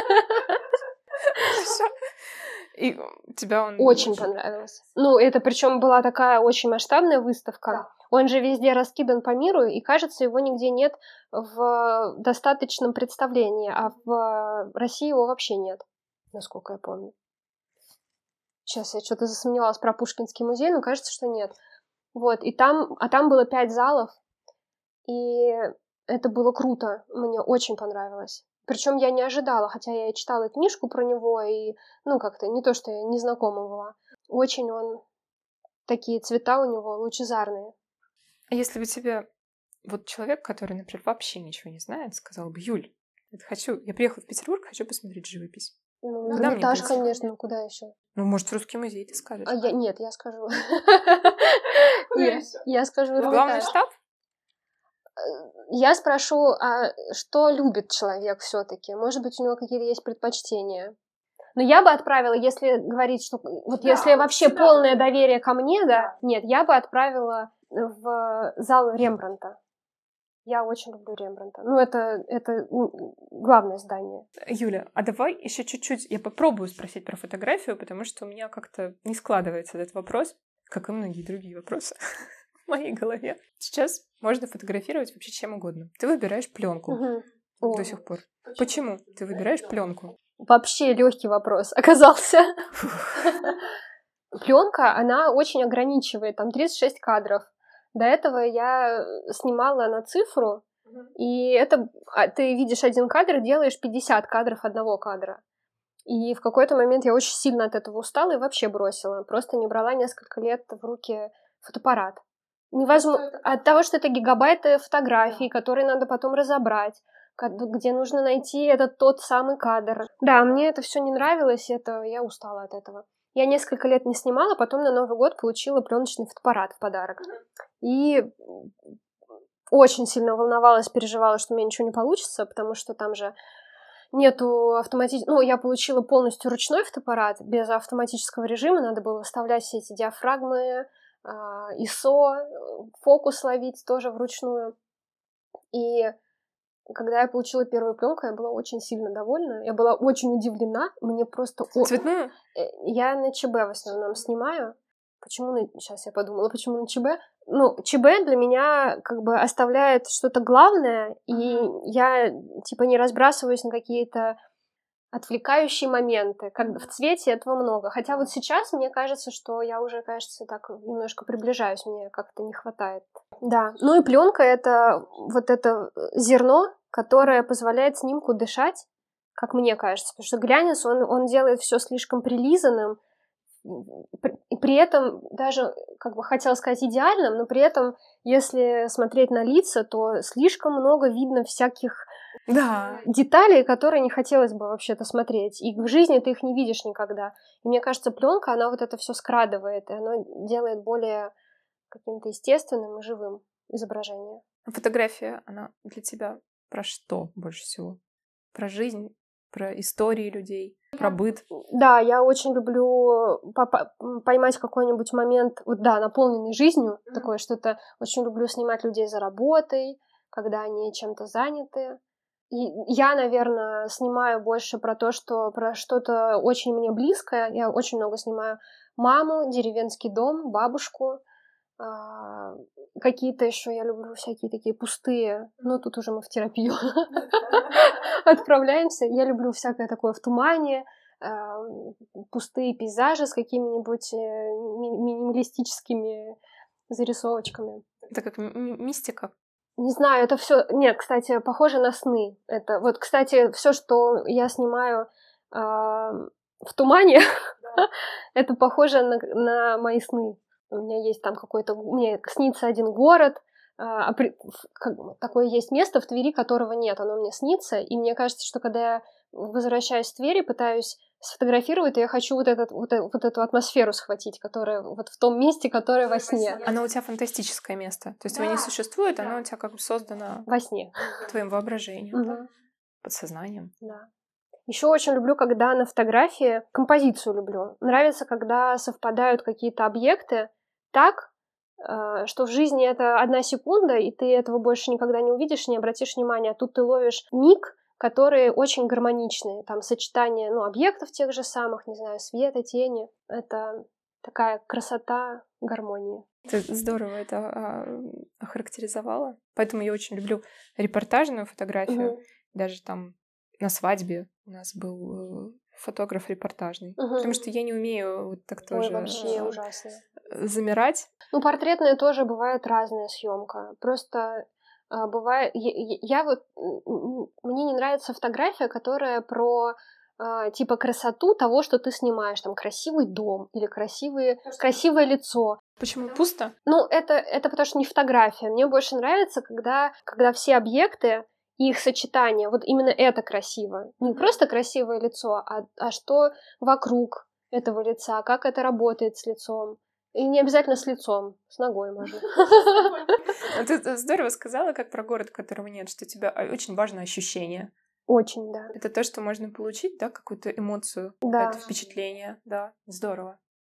И тебя он... Очень понравилось. Ну, это причем была такая очень масштабная выставка. Да. Он же везде раскидан по миру, и, кажется, его нигде нет в достаточном представлении, а в России его вообще нет, насколько я помню. Сейчас я что-то засомневалась про Пушкинский музей, но кажется, что нет. Вот, и там, а там было пять залов, и это было круто, мне очень понравилось. Причем я не ожидала, хотя я и читала книжку про него, и, ну, как-то не то, что я незнакома была. Очень он... Такие цвета у него лучезарные. А если бы тебе вот человек, который, например, вообще ничего не знает, сказал бы: Юль, я хочу, я приехала в Петербург, хочу посмотреть живопись. Ну, Куда мне Эрмитаж, пойти? конечно, куда еще? Ну, может, в Русский музей ты скажешь. А я, нет, я скажу. Нет, я скажу Главный Эрмитаж. штаб? Я спрошу, а что любит человек все-таки? Может быть, у него какие-то есть предпочтения? Но я бы отправила, если говорить, что вот Да, если вообще всегда. полное доверие ко мне, да, нет, я бы отправила в зал Рембрандта. Я очень люблю Рембрандта. Ну, это, это главное здание. Юля, а давай еще чуть-чуть я попробую спросить про фотографию, потому что у меня как-то не складывается этот вопрос, как и многие другие вопросы в моей голове. Сейчас можно фотографировать вообще чем угодно. Ты выбираешь пленку Угу. до сих пор. Почему ты выбираешь пленку? Вообще легкий вопрос оказался. Пленка, она очень ограничивает, там тридцать шесть кадров. До этого я снимала на цифру, и это ты видишь один кадр, делаешь пятьдесят кадров одного кадра. И в какой-то момент я очень сильно от этого устала и вообще бросила. Просто не брала несколько лет в руки фотоаппарат. Невозможно. От того, что это гигабайты фотографий, которые надо потом разобрать, где нужно найти этот тот самый кадр. Да, мне это все не нравилось, это я устала от этого. Я несколько лет не снимала, потом на Новый год получила пленочный фотоаппарат в подарок. И очень сильно волновалась, переживала, что у меня ничего не получится, потому что там же нету автоматического... Ну, я получила полностью ручной фотоаппарат, без автоматического режима, надо было выставлять все эти диафрагмы, ай эс о, фокус ловить тоже вручную. И когда я получила первую пленку, я была очень сильно довольна. Я была очень удивлена. Мне просто... Цветную? Я на ЧБ в основном снимаю. Почему на... Сейчас я подумала, почему на ЧБ? Ну, ЧБ для меня как бы оставляет что-то главное, и uh-huh. я типа не разбрасываюсь на какие-то отвлекающие моменты. Как в цвете этого много. Хотя вот сейчас мне кажется, что я уже, кажется, так немножко приближаюсь, мне как-то не хватает. Да. Ну и пленка — это вот это зерно, которое позволяет снимку дышать, как мне кажется. Потому что глянец, он, он делает все слишком прилизанным, и при этом даже, как бы хотела сказать, идеальным, но при этом, если смотреть на лица, то слишком много видно всяких да. деталей, которые не хотелось бы вообще-то смотреть. И в жизни ты их не видишь никогда. И мне кажется, пленка, она вот это все скрадывает, и она делает более каким-то естественным и живым изображение. Фотография, она для тебя про что больше всего? Про жизнь? Про истории людей, про быт. Да, я очень люблю поймать какой-нибудь момент, вот да, наполненный жизнью, mm-hmm. такое что-то. Очень люблю снимать людей за работой, когда они чем-то заняты. И я, наверное, снимаю больше про то, что про что-то очень мне близкое. Я очень много снимаю маму, деревенский дом, бабушку. А, какие-то еще я люблю всякие такие пустые, но тут уже мы в терапию отправляемся. Я люблю всякое такое в тумане, пустые пейзажи с какими-нибудь минималистическими зарисовочками. Это как мистика. Не знаю, это все. Нет, кстати, похоже на сны. Это вот, кстати, все, что я снимаю э, в тумане, это похоже на, на мои сны. У меня есть там какой-то... Мне снится один город, а, при, как, такое есть место в Твери, которого нет, оно мне снится, и мне кажется, что когда я возвращаюсь в Тверь и пытаюсь сфотографировать, то я хочу вот, этот, вот, вот эту атмосферу схватить, которая вот в том месте, которое во сне. Оно у тебя фантастическое место, то есть да, его не существует, да. Оно у тебя как бы создано... Во сне. Твоим воображением, угу. подсознанием. Да. Еще очень люблю, когда на фотографии композицию люблю. Нравится, когда совпадают какие-то объекты так, что в жизни это одна секунда, и ты этого больше никогда не увидишь, не обратишь внимания. А тут ты ловишь миг, которые очень гармоничные. Там сочетание, ну, объектов тех же самых, не знаю, света, тени. Это такая красота гармонии. Ты здорово это охарактеризовала. Поэтому я очень люблю репортажную фотографию. Угу. Даже там на свадьбе у нас был фотограф репортажный. Угу. Потому что я не умею вот так тоже... Ой, вообще ужасно. Замирать. Ну, портретная тоже бывает разная съемка. Просто бывает... Я, я вот... Мне не нравится фотография, которая про типа красоту того, что ты снимаешь. Там красивый дом или красивые, красивое лицо. Почему пусто? Ну, это, это потому что не фотография. Мне больше нравится, когда, когда все объекты и их сочетание, вот именно это красиво. Не просто красивое лицо, а, а что вокруг этого лица, как это работает с лицом. И не обязательно с лицом, с ногой можно. Ты здорово сказала, как про город, которого нет, что тебе очень важно ощущение. Очень, да. Это то, что можно получить, да, какую-то эмоцию, да. это впечатление, да, здорово.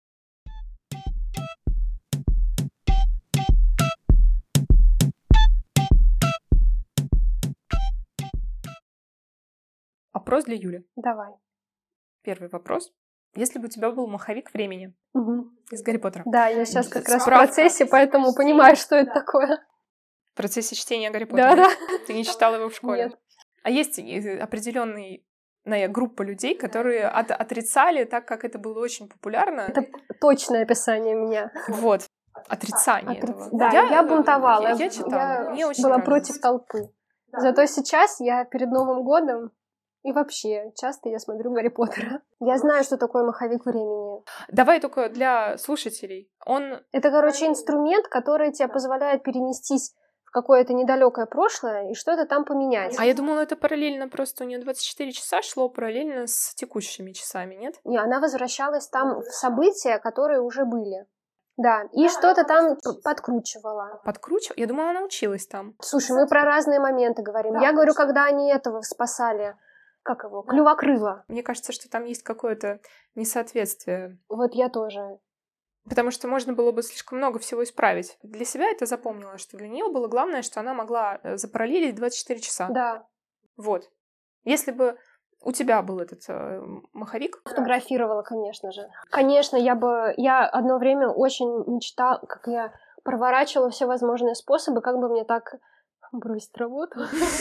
Вопрос для Юли. Давай. Первый вопрос. Если бы у тебя был маховик времени угу. из Гарри Поттера. Да, я сейчас как раз в процессе, поэтому понимаю, что это такое. В процессе чтения Гарри Поттера? Да, да. Ты не читала его в школе? Нет. А есть определенная группа людей, которые от, отрицали, так как это было очень популярно. Это точное описание меня. Вот. Отрицание Отри... этого. Да, я, я бунтовала. Я, я читала. Я Мне очень была нравилось. Против толпы. Да. Зато сейчас я перед Новым годом и вообще часто я смотрю Гарри Поттера. Я знаю, что такое маховик времени. Давай только для слушателей. Он... Это, короче, инструмент, который тебе позволяет перенестись в какое-то недалекое прошлое и что-то там поменять. А я думала, это параллельно просто у нее двадцать четыре часа шло параллельно с текущими часами, нет? Не, она возвращалась там в события, которые уже были. Да, и что-то там подкручивала. Подкручивала? Я думала, она училась там. Слушай, мы про разные моменты говорим. Да, я говорю, когда они этого спасали, как его, Клювокрыла. Мне кажется, что там есть какое-то несоответствие. Вот я тоже. Потому что можно было бы слишком много всего исправить. Для себя это запомнила, что для нее было главное, что она могла запараллелить двадцать четыре часа. Да. Вот. Если бы у тебя был этот э, маховик... Фотографировала, конечно же. Конечно, я бы... Я одно время очень мечтала, как я проворачивала все возможные способы, как бы мне так бросить работу.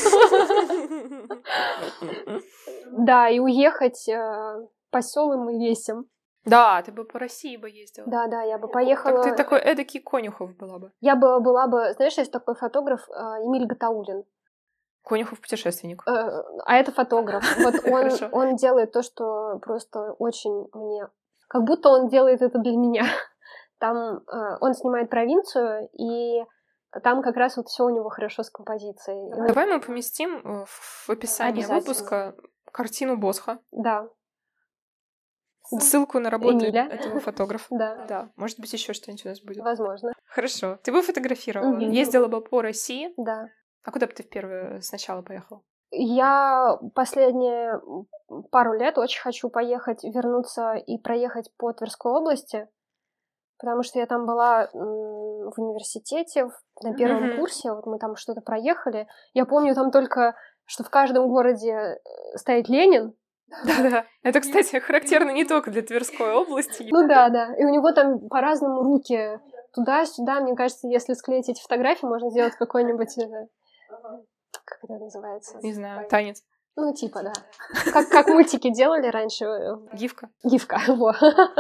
Да, и уехать по селам и весям. Да, ты бы по России бы ездила. Да, да, я бы поехала... Так ты такой эдакий Конюхов была бы. Я бы была бы... Знаешь, есть такой фотограф Эмиль Гатауллин. Конюхов-путешественник. А это фотограф. Вот он, он делает то, что просто очень мне... Как будто он делает это для меня. Там он снимает провинцию, и там как раз вот все у него хорошо с композицией. Давай мы поместим в описание выпуска картину Босха. Да. Ссылку на работу Эмиля. этого фотографа. Да. Да. Может быть, еще что-нибудь у нас будет. Возможно. Хорошо. Ты бы фотографировала? Угу. Ездила бы по России? Да. А куда бы ты в первое сначала поехала? Я последние пару лет очень хочу поехать, вернуться и проехать по Тверской области, потому что я там была в университете на первом mm-hmm. курсе, вот мы там что-то проехали. Я помню там только, что в каждом городе стоит Ленин. Да-да. Это, кстати, характерно не только для Тверской области. Ну да, да. И у него там по-разному руки туда-сюда. Мне кажется, если склеить эти фотографии, можно сделать какой-нибудь... Как это называется? Не знаю, танец. Ну, типа, да. Как, как мультики делали раньше. Гифка. Гифка, во.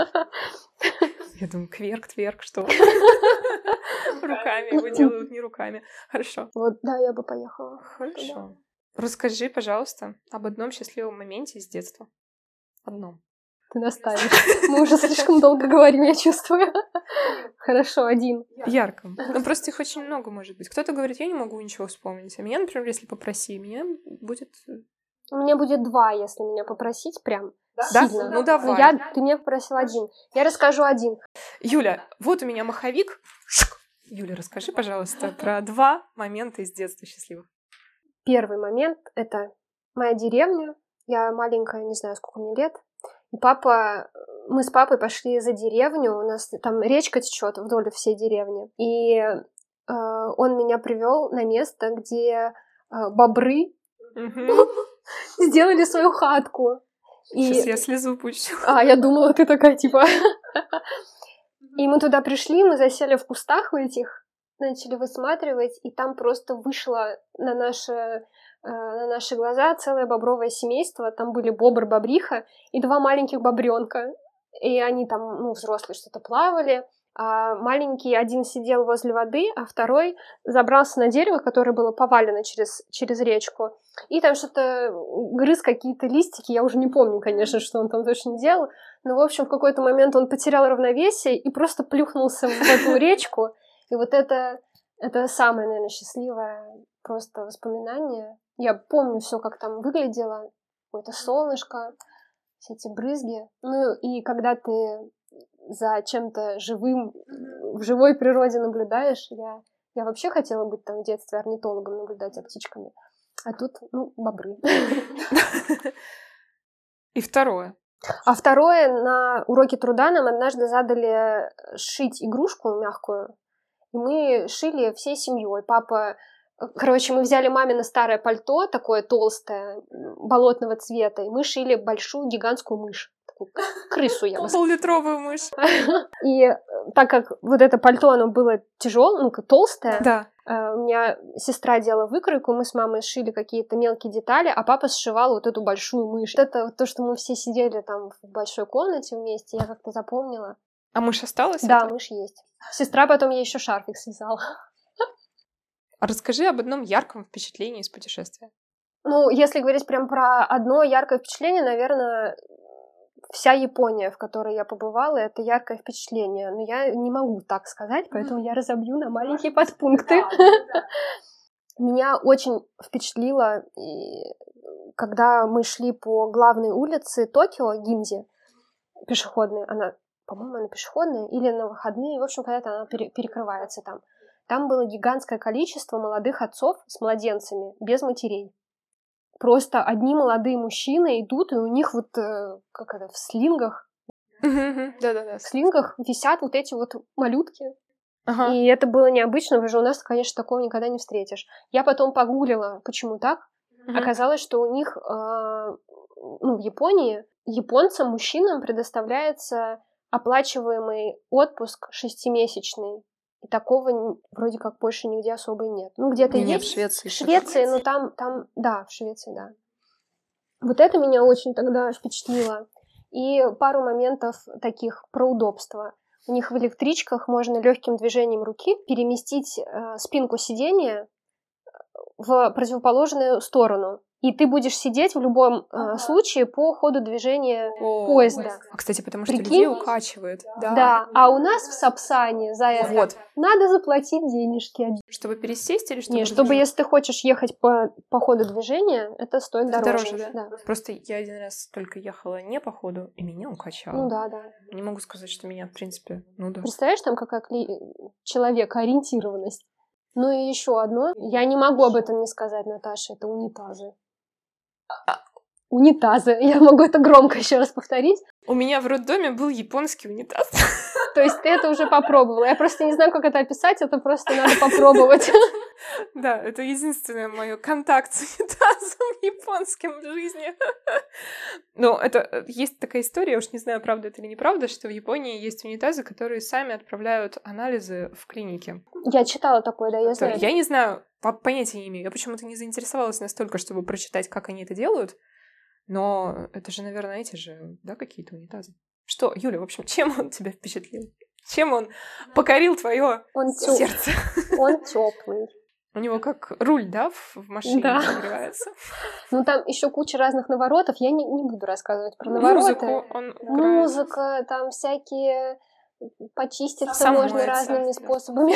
Я думаю, кверк, тверк, что? Руками его делают, не руками. Хорошо. Вот, да, я бы поехала. Хорошо. Расскажи, пожалуйста, об одном счастливом моменте из детства. Одном. Ты наставишь. Мы уже слишком долго говорим, я чувствую. Хорошо, один. Ярком. Ну, просто их очень много может быть. Кто-то говорит, я не могу ничего вспомнить. А меня, например, если попроси, меня будет... У меня будет два, если меня попросить прям да? сильно. Ну, давай. Я, ты меня попросил один. Я расскажу один. Юля, вот у меня маховик. Юля, расскажи, пожалуйста, про два момента из детства счастливых. Первый момент — это моя деревня. Я маленькая, не знаю, сколько мне лет. И папа, мы с папой пошли за деревню, у нас там речка течет вдоль всей деревни. И э, он меня привел на место, где э, бобры сделали свою хатку. Сейчас я слезу пущу. А, я думала, ты такая, типа... И мы туда пришли, мы засели в кустах в этих, начали высматривать, и там просто вышло на наше... на наши глаза целое бобровое семейство. Там были бобр-бобриха и два маленьких бобренка. И они там, ну, взрослые что-то плавали. А маленький один сидел возле воды, а второй забрался на дерево, которое было повалено через, через речку, и там что-то грыз какие-то листики, я уже не помню, конечно, что он там точно делал, но, в общем, в какой-то момент он потерял равновесие и просто плюхнулся в эту речку, и вот это, это самое, наверное, счастливое просто воспоминание. Я помню все, как там выглядело, какое-то солнышко, все эти брызги. Ну, и когда ты за чем-то живым в живой природе наблюдаешь, я, я вообще хотела быть там в детстве орнитологом, наблюдать за птичками. А тут, ну, бобры. И второе. А второе, на уроке труда нам однажды задали шить игрушку мягкую, и мы шили всей семьей. Папа... Короче, мы взяли мамино старое пальто, такое толстое, болотного цвета, и мы шили большую гигантскую мышь. Такую крысу, я бы сказала. Пол-литровую мышь. И так как вот это пальто, оно было тяжелое, ну, толстое, да. У меня сестра делала выкройку, мы с мамой сшили какие-то мелкие детали, а папа сшивал вот эту большую мышь. Вот это вот то, что мы все сидели там в большой комнате вместе, я как-то запомнила. А мышь осталась? Да, это? мышь есть. Сестра потом ей еще шарфик связала. А расскажи об одном ярком впечатлении из путешествия. Ну, если говорить прям про одно яркое впечатление, наверное, вся Япония, в которой я побывала, это яркое впечатление. Но я не могу так сказать, поэтому я разобью на маленькие подпункты. Меня очень впечатлило, когда мы шли по главной улице Токио, Гинзи, пешеходной. Она, по-моему, она пешеходная, или на выходные. В общем, когда-то она перекрывается там. Там было гигантское количество молодых отцов с младенцами, без матерей. Просто одни молодые мужчины идут, и у них вот, как это, в слингах, Да-да-да. в слингах висят вот эти вот малютки. Ага. И это было необычно, уже у нас, конечно, такого никогда не встретишь. Я потом погуглила, почему так. Угу. Оказалось, что у них, э, ну, в Японии, японцам, мужчинам предоставляется оплачиваемый отпуск шестимесячный. И такого вроде как больше нигде особо и нет. Ну, где-то и есть. Нет, в Швеции. В Швеции, но там, там, да, в Швеции, да. Вот это меня очень тогда впечатлило. И пару моментов таких про удобство. У них в электричках можно легким движением руки переместить э, спинку сидения в противоположную сторону. И ты будешь сидеть в любом э, ага. случае по ходу движения О, поезда. А, кстати, потому что Прикинь? людей укачивает. Да. да. А у нас в Сапсане за это вот. надо заплатить денежки. Чтобы пересесть или чтобы... Нет, чтобы если ты хочешь ехать по, по ходу движения, это стоит это дороже. дороже да? да? Просто я один раз только ехала не по ходу, и меня укачало. Ну да, да. Не могу сказать, что меня, в принципе, ну да. Представляешь, там какая кли... человекоориентированность. Ну и еще одно. Я не могу об этом не сказать, Наташа, это унитазы. Унитазы. Я могу это громко еще раз повторить. У меня в роддоме был японский унитаз. То есть ты это уже попробовала. Я просто не знаю, как это описать, это просто надо попробовать. Да, это единственное мое контакт с унитазом японским в жизни. Но это есть такая история, я уж не знаю, правда это или неправда, что в Японии есть унитазы, которые сами отправляют анализы в клинике. Я читала такое, да, я знаю. Я не знаю, понятия не имею. Я почему-то не заинтересовалась настолько, чтобы прочитать, как они это делают. Но это же, наверное, эти же, да, какие-то унитазы. Что, Юля, в общем, чем он тебя впечатлил? Чем он покорил твое он сердце? Тёп... Он теплый. У него как руль, да, в машине да. нагревается? Ну, там еще куча разных наворотов. Я не, не буду рассказывать про навороты. Музыку он играет. Музыка, там всякие... Почиститься Сам можно мыться. Разными способами.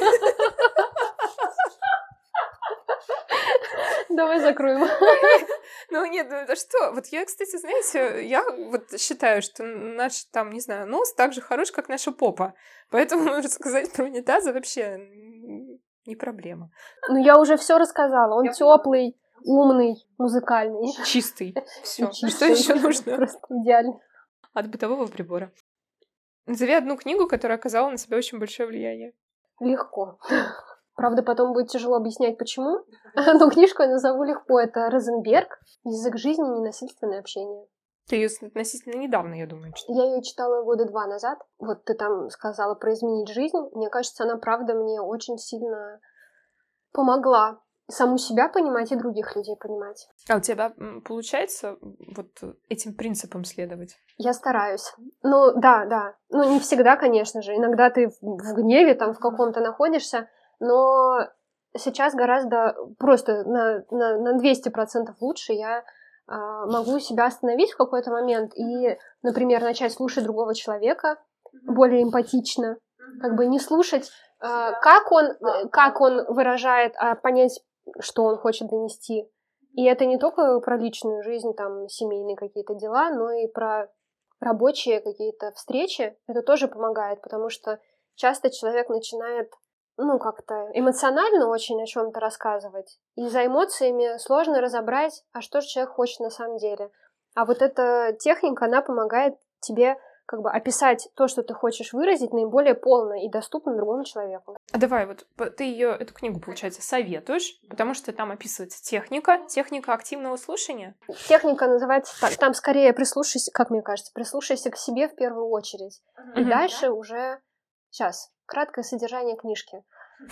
Давай закроем. Ну нет, ну это что? Вот я, кстати, знаете, я вот считаю, что наш, там, не знаю, нос так же хорош, как наша попа. Поэтому рассказать про унитазы вообще не проблема. Ну я уже все рассказала. Он теплый, умный, музыкальный. Чистый. Все. Что еще нужно? Просто идеально. От бытового прибора. Назови одну книгу, которая оказала на себя очень большое влияние. Легко. Правда, потом будет тяжело объяснять, почему. Но книжку я назову легко. Это Розенберг «Язык жизни. Ненасильственное общение». Ты ее относительно недавно, я думаю, читала. Я ее читала года два назад. Вот ты там сказала про изменить жизнь. Мне кажется, она, правда, мне очень сильно помогла. саму себя понимать и других людей понимать. А у тебя получается вот этим принципам следовать? Я стараюсь. Ну, да, да. Ну, не всегда, конечно же. Иногда ты в гневе там в каком-то находишься, но сейчас гораздо просто на, на, на двести процентов лучше я а, могу себя остановить в какой-то момент и, например, начать слушать другого человека более эмпатично, как бы не слушать, а, как он, как он выражает, а понять, что он хочет донести. И это не только про личную жизнь, там, семейные какие-то дела, но и про рабочие какие-то встречи. Это тоже помогает, потому что часто человек начинает, ну, как-то эмоционально очень о чем-то рассказывать. И за эмоциями сложно разобрать, а что же человек хочет на самом деле. А вот эта техника, она помогает тебе как бы описать то, что ты хочешь выразить, наиболее полно и доступно другому человеку. А давай, вот ты ее, эту книгу, получается, советуешь, потому что там описывается техника, техника активного слушания. Техника называется так, там скорее прислушайся, как мне кажется, прислушайся к себе в первую очередь. И угу. Дальше уже, сейчас, краткое содержание книжки.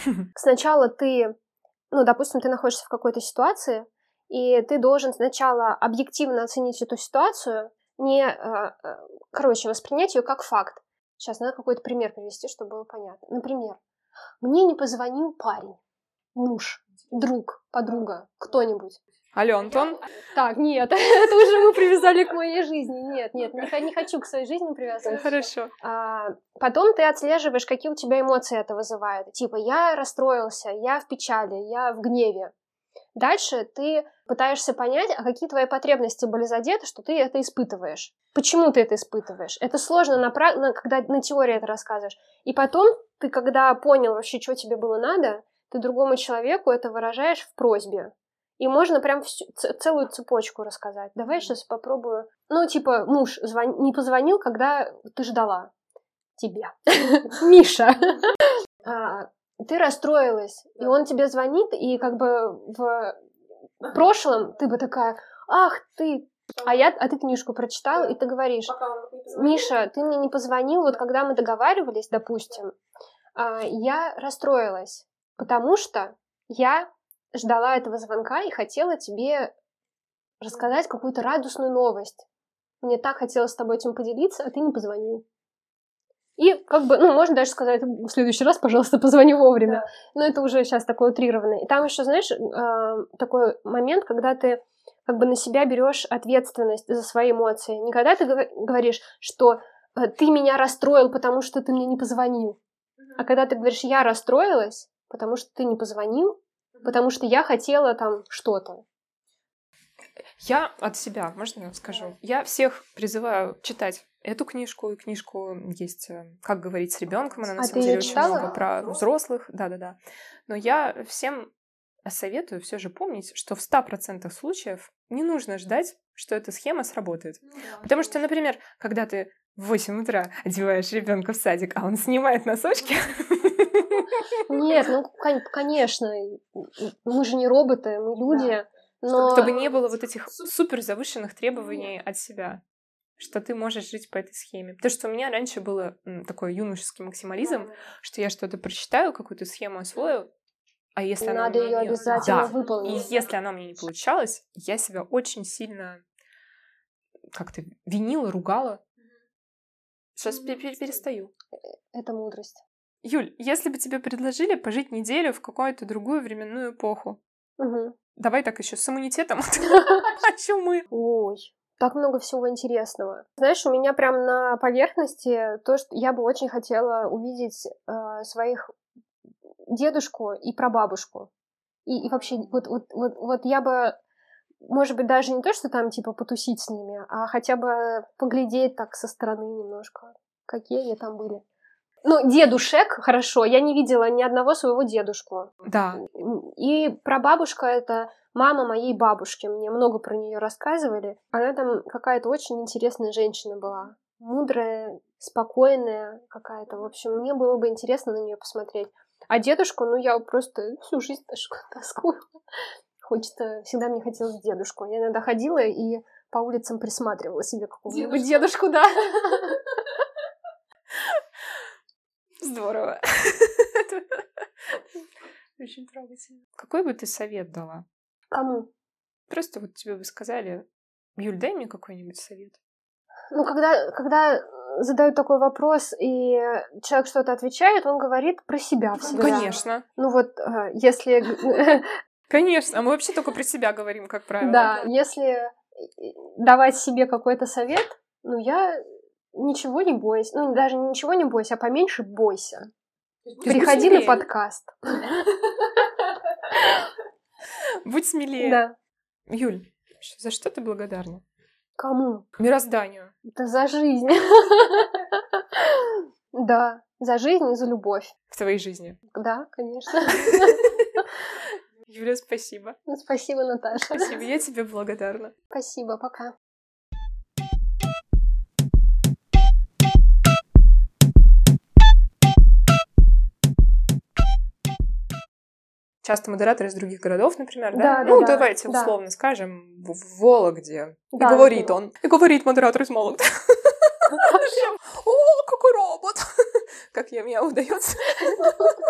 Сначала ты, ну, допустим, ты находишься в какой-то ситуации, и ты должен сначала объективно оценить эту ситуацию, не, короче, воспринять ее как факт. Сейчас надо какой-то пример привести, чтобы было понятно. Например, мне не позвонил парень, муж, друг, подруга, кто-нибудь. Алло, Антон? Так, нет, это уже мы привязали к моей жизни. Нет, нет, не, не хочу к своей жизни привязывать. Хорошо. А, потом ты отслеживаешь, какие у тебя эмоции это вызывает. Типа, я расстроился, я в печали, я в гневе. Дальше ты пытаешься понять, а какие твои потребности были задеты, что ты это испытываешь. Почему ты это испытываешь? Это сложно, на, когда на теории это рассказываешь. И потом ты, когда понял вообще, что тебе было надо, ты другому человеку это выражаешь в просьбе. И можно прям всю, целую цепочку рассказать. Давай я сейчас попробую. Ну, типа, муж звон... не позвонил, когда ты ждала. Тебе. Миша. Ты расстроилась, и он тебе звонит, и как бы в прошлом ты бы такая, ах ты, а, я, а ты книжку прочитала, и ты говоришь, Миша, ты мне не позвонил, вот когда мы договаривались, допустим, я расстроилась, потому что я ждала этого звонка и хотела тебе рассказать какую-то радостную новость. Мне так хотелось с тобой этим поделиться, а ты не позвонил. И как бы, ну, можно даже сказать, в следующий раз, пожалуйста, позвони вовремя. Да. Но это уже сейчас такое утрированное. И там еще, знаешь, такой момент, когда ты как бы на себя берешь ответственность за свои эмоции. Не когда ты говоришь, что ты меня расстроил, потому что ты мне не позвонил. А когда ты говоришь, я расстроилась, потому что ты не позвонил, потому что я хотела там что-то. Я от себя, можно я скажу? Я всех призываю читать эту книжку, и книжку есть «Как говорить с ребенком». Она на а самом деле очень читала? много про взрослых. Да-да-да. Но я всем советую все же помнить, что в ста процентах случаев не нужно ждать, что эта схема сработает. Потому что, например, когда ты в восемь утра одеваешь ребенка в садик, а он снимает носочки... Нет, ну, конечно, мы же не роботы, мы люди... Но... Чтобы не было вот этих супер завышенных требований от себя, что ты можешь жить по этой схеме. Потому что у меня раньше был такой юношеский максимализм, что я что-то прочитаю, какую-то схему освою, а если она надо мне ее не... обязательно да. выполнить. И если она мне не получалась, я себя очень сильно как-то винила, ругала. Сейчас перестаю. Это мудрость. Юль, если бы тебе предложили пожить неделю в какую-то другую временную эпоху, угу. Давай так еще с иммунитетом. О чем мы? Ой, так много всего интересного. Знаешь, у меня прям на поверхности то, что я бы очень хотела увидеть э, своих дедушку и прабабушку. И, и вообще, вот, вот, вот, вот я бы, может быть, даже не то, что там типа потусить с ними, а хотя бы поглядеть так со стороны немножко, какие они там были. Ну, дедушек, хорошо, я не видела ни одного своего дедушку. Да. И прабабушка — это мама моей бабушки, мне много про нее рассказывали. Она там какая-то очень интересная женщина была, мудрая, спокойная какая-то. В общем, мне было бы интересно на нее посмотреть. А дедушку, ну, я просто всю жизнь тоскую. Хочется, всегда мне хотелось дедушку. Я иногда ходила и по улицам присматривала себе какого-нибудь дедушку, да. Здорово. Очень трогательно. Какой бы ты совет дала? Кому? Просто вот тебе бы сказали: Юль, дай мне какой-нибудь совет. Ну, когда, когда задают такой вопрос, и человек что-то отвечает, он говорит про себя всегда. Конечно. Ну вот, если... Конечно, а мы вообще только про себя говорим, как правило. Да, если давать себе какой-то совет, ну, я ничего не бойся. Ну, даже ничего не бойся, а поменьше бойся. Приходи на подкаст. Будь смелее. Да. Юль, за что ты благодарна? Кому? Мирозданию. Да за жизнь. Да, за жизнь и за любовь. В твоей жизни. Да, конечно. Юля, спасибо. Спасибо, Наташа. Спасибо, я тебе благодарна. Спасибо, пока. Часто модераторы из других городов, например, да? Да, ну, да, давайте да. условно скажем, в Вологде. Да, и говорит да. он. И говорит модератор из Вологды. О, какой робот! Как я, мне удается.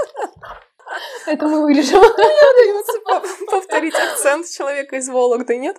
Это мы вырежем. Мне удается повторить акцент человека из Вологды, нет?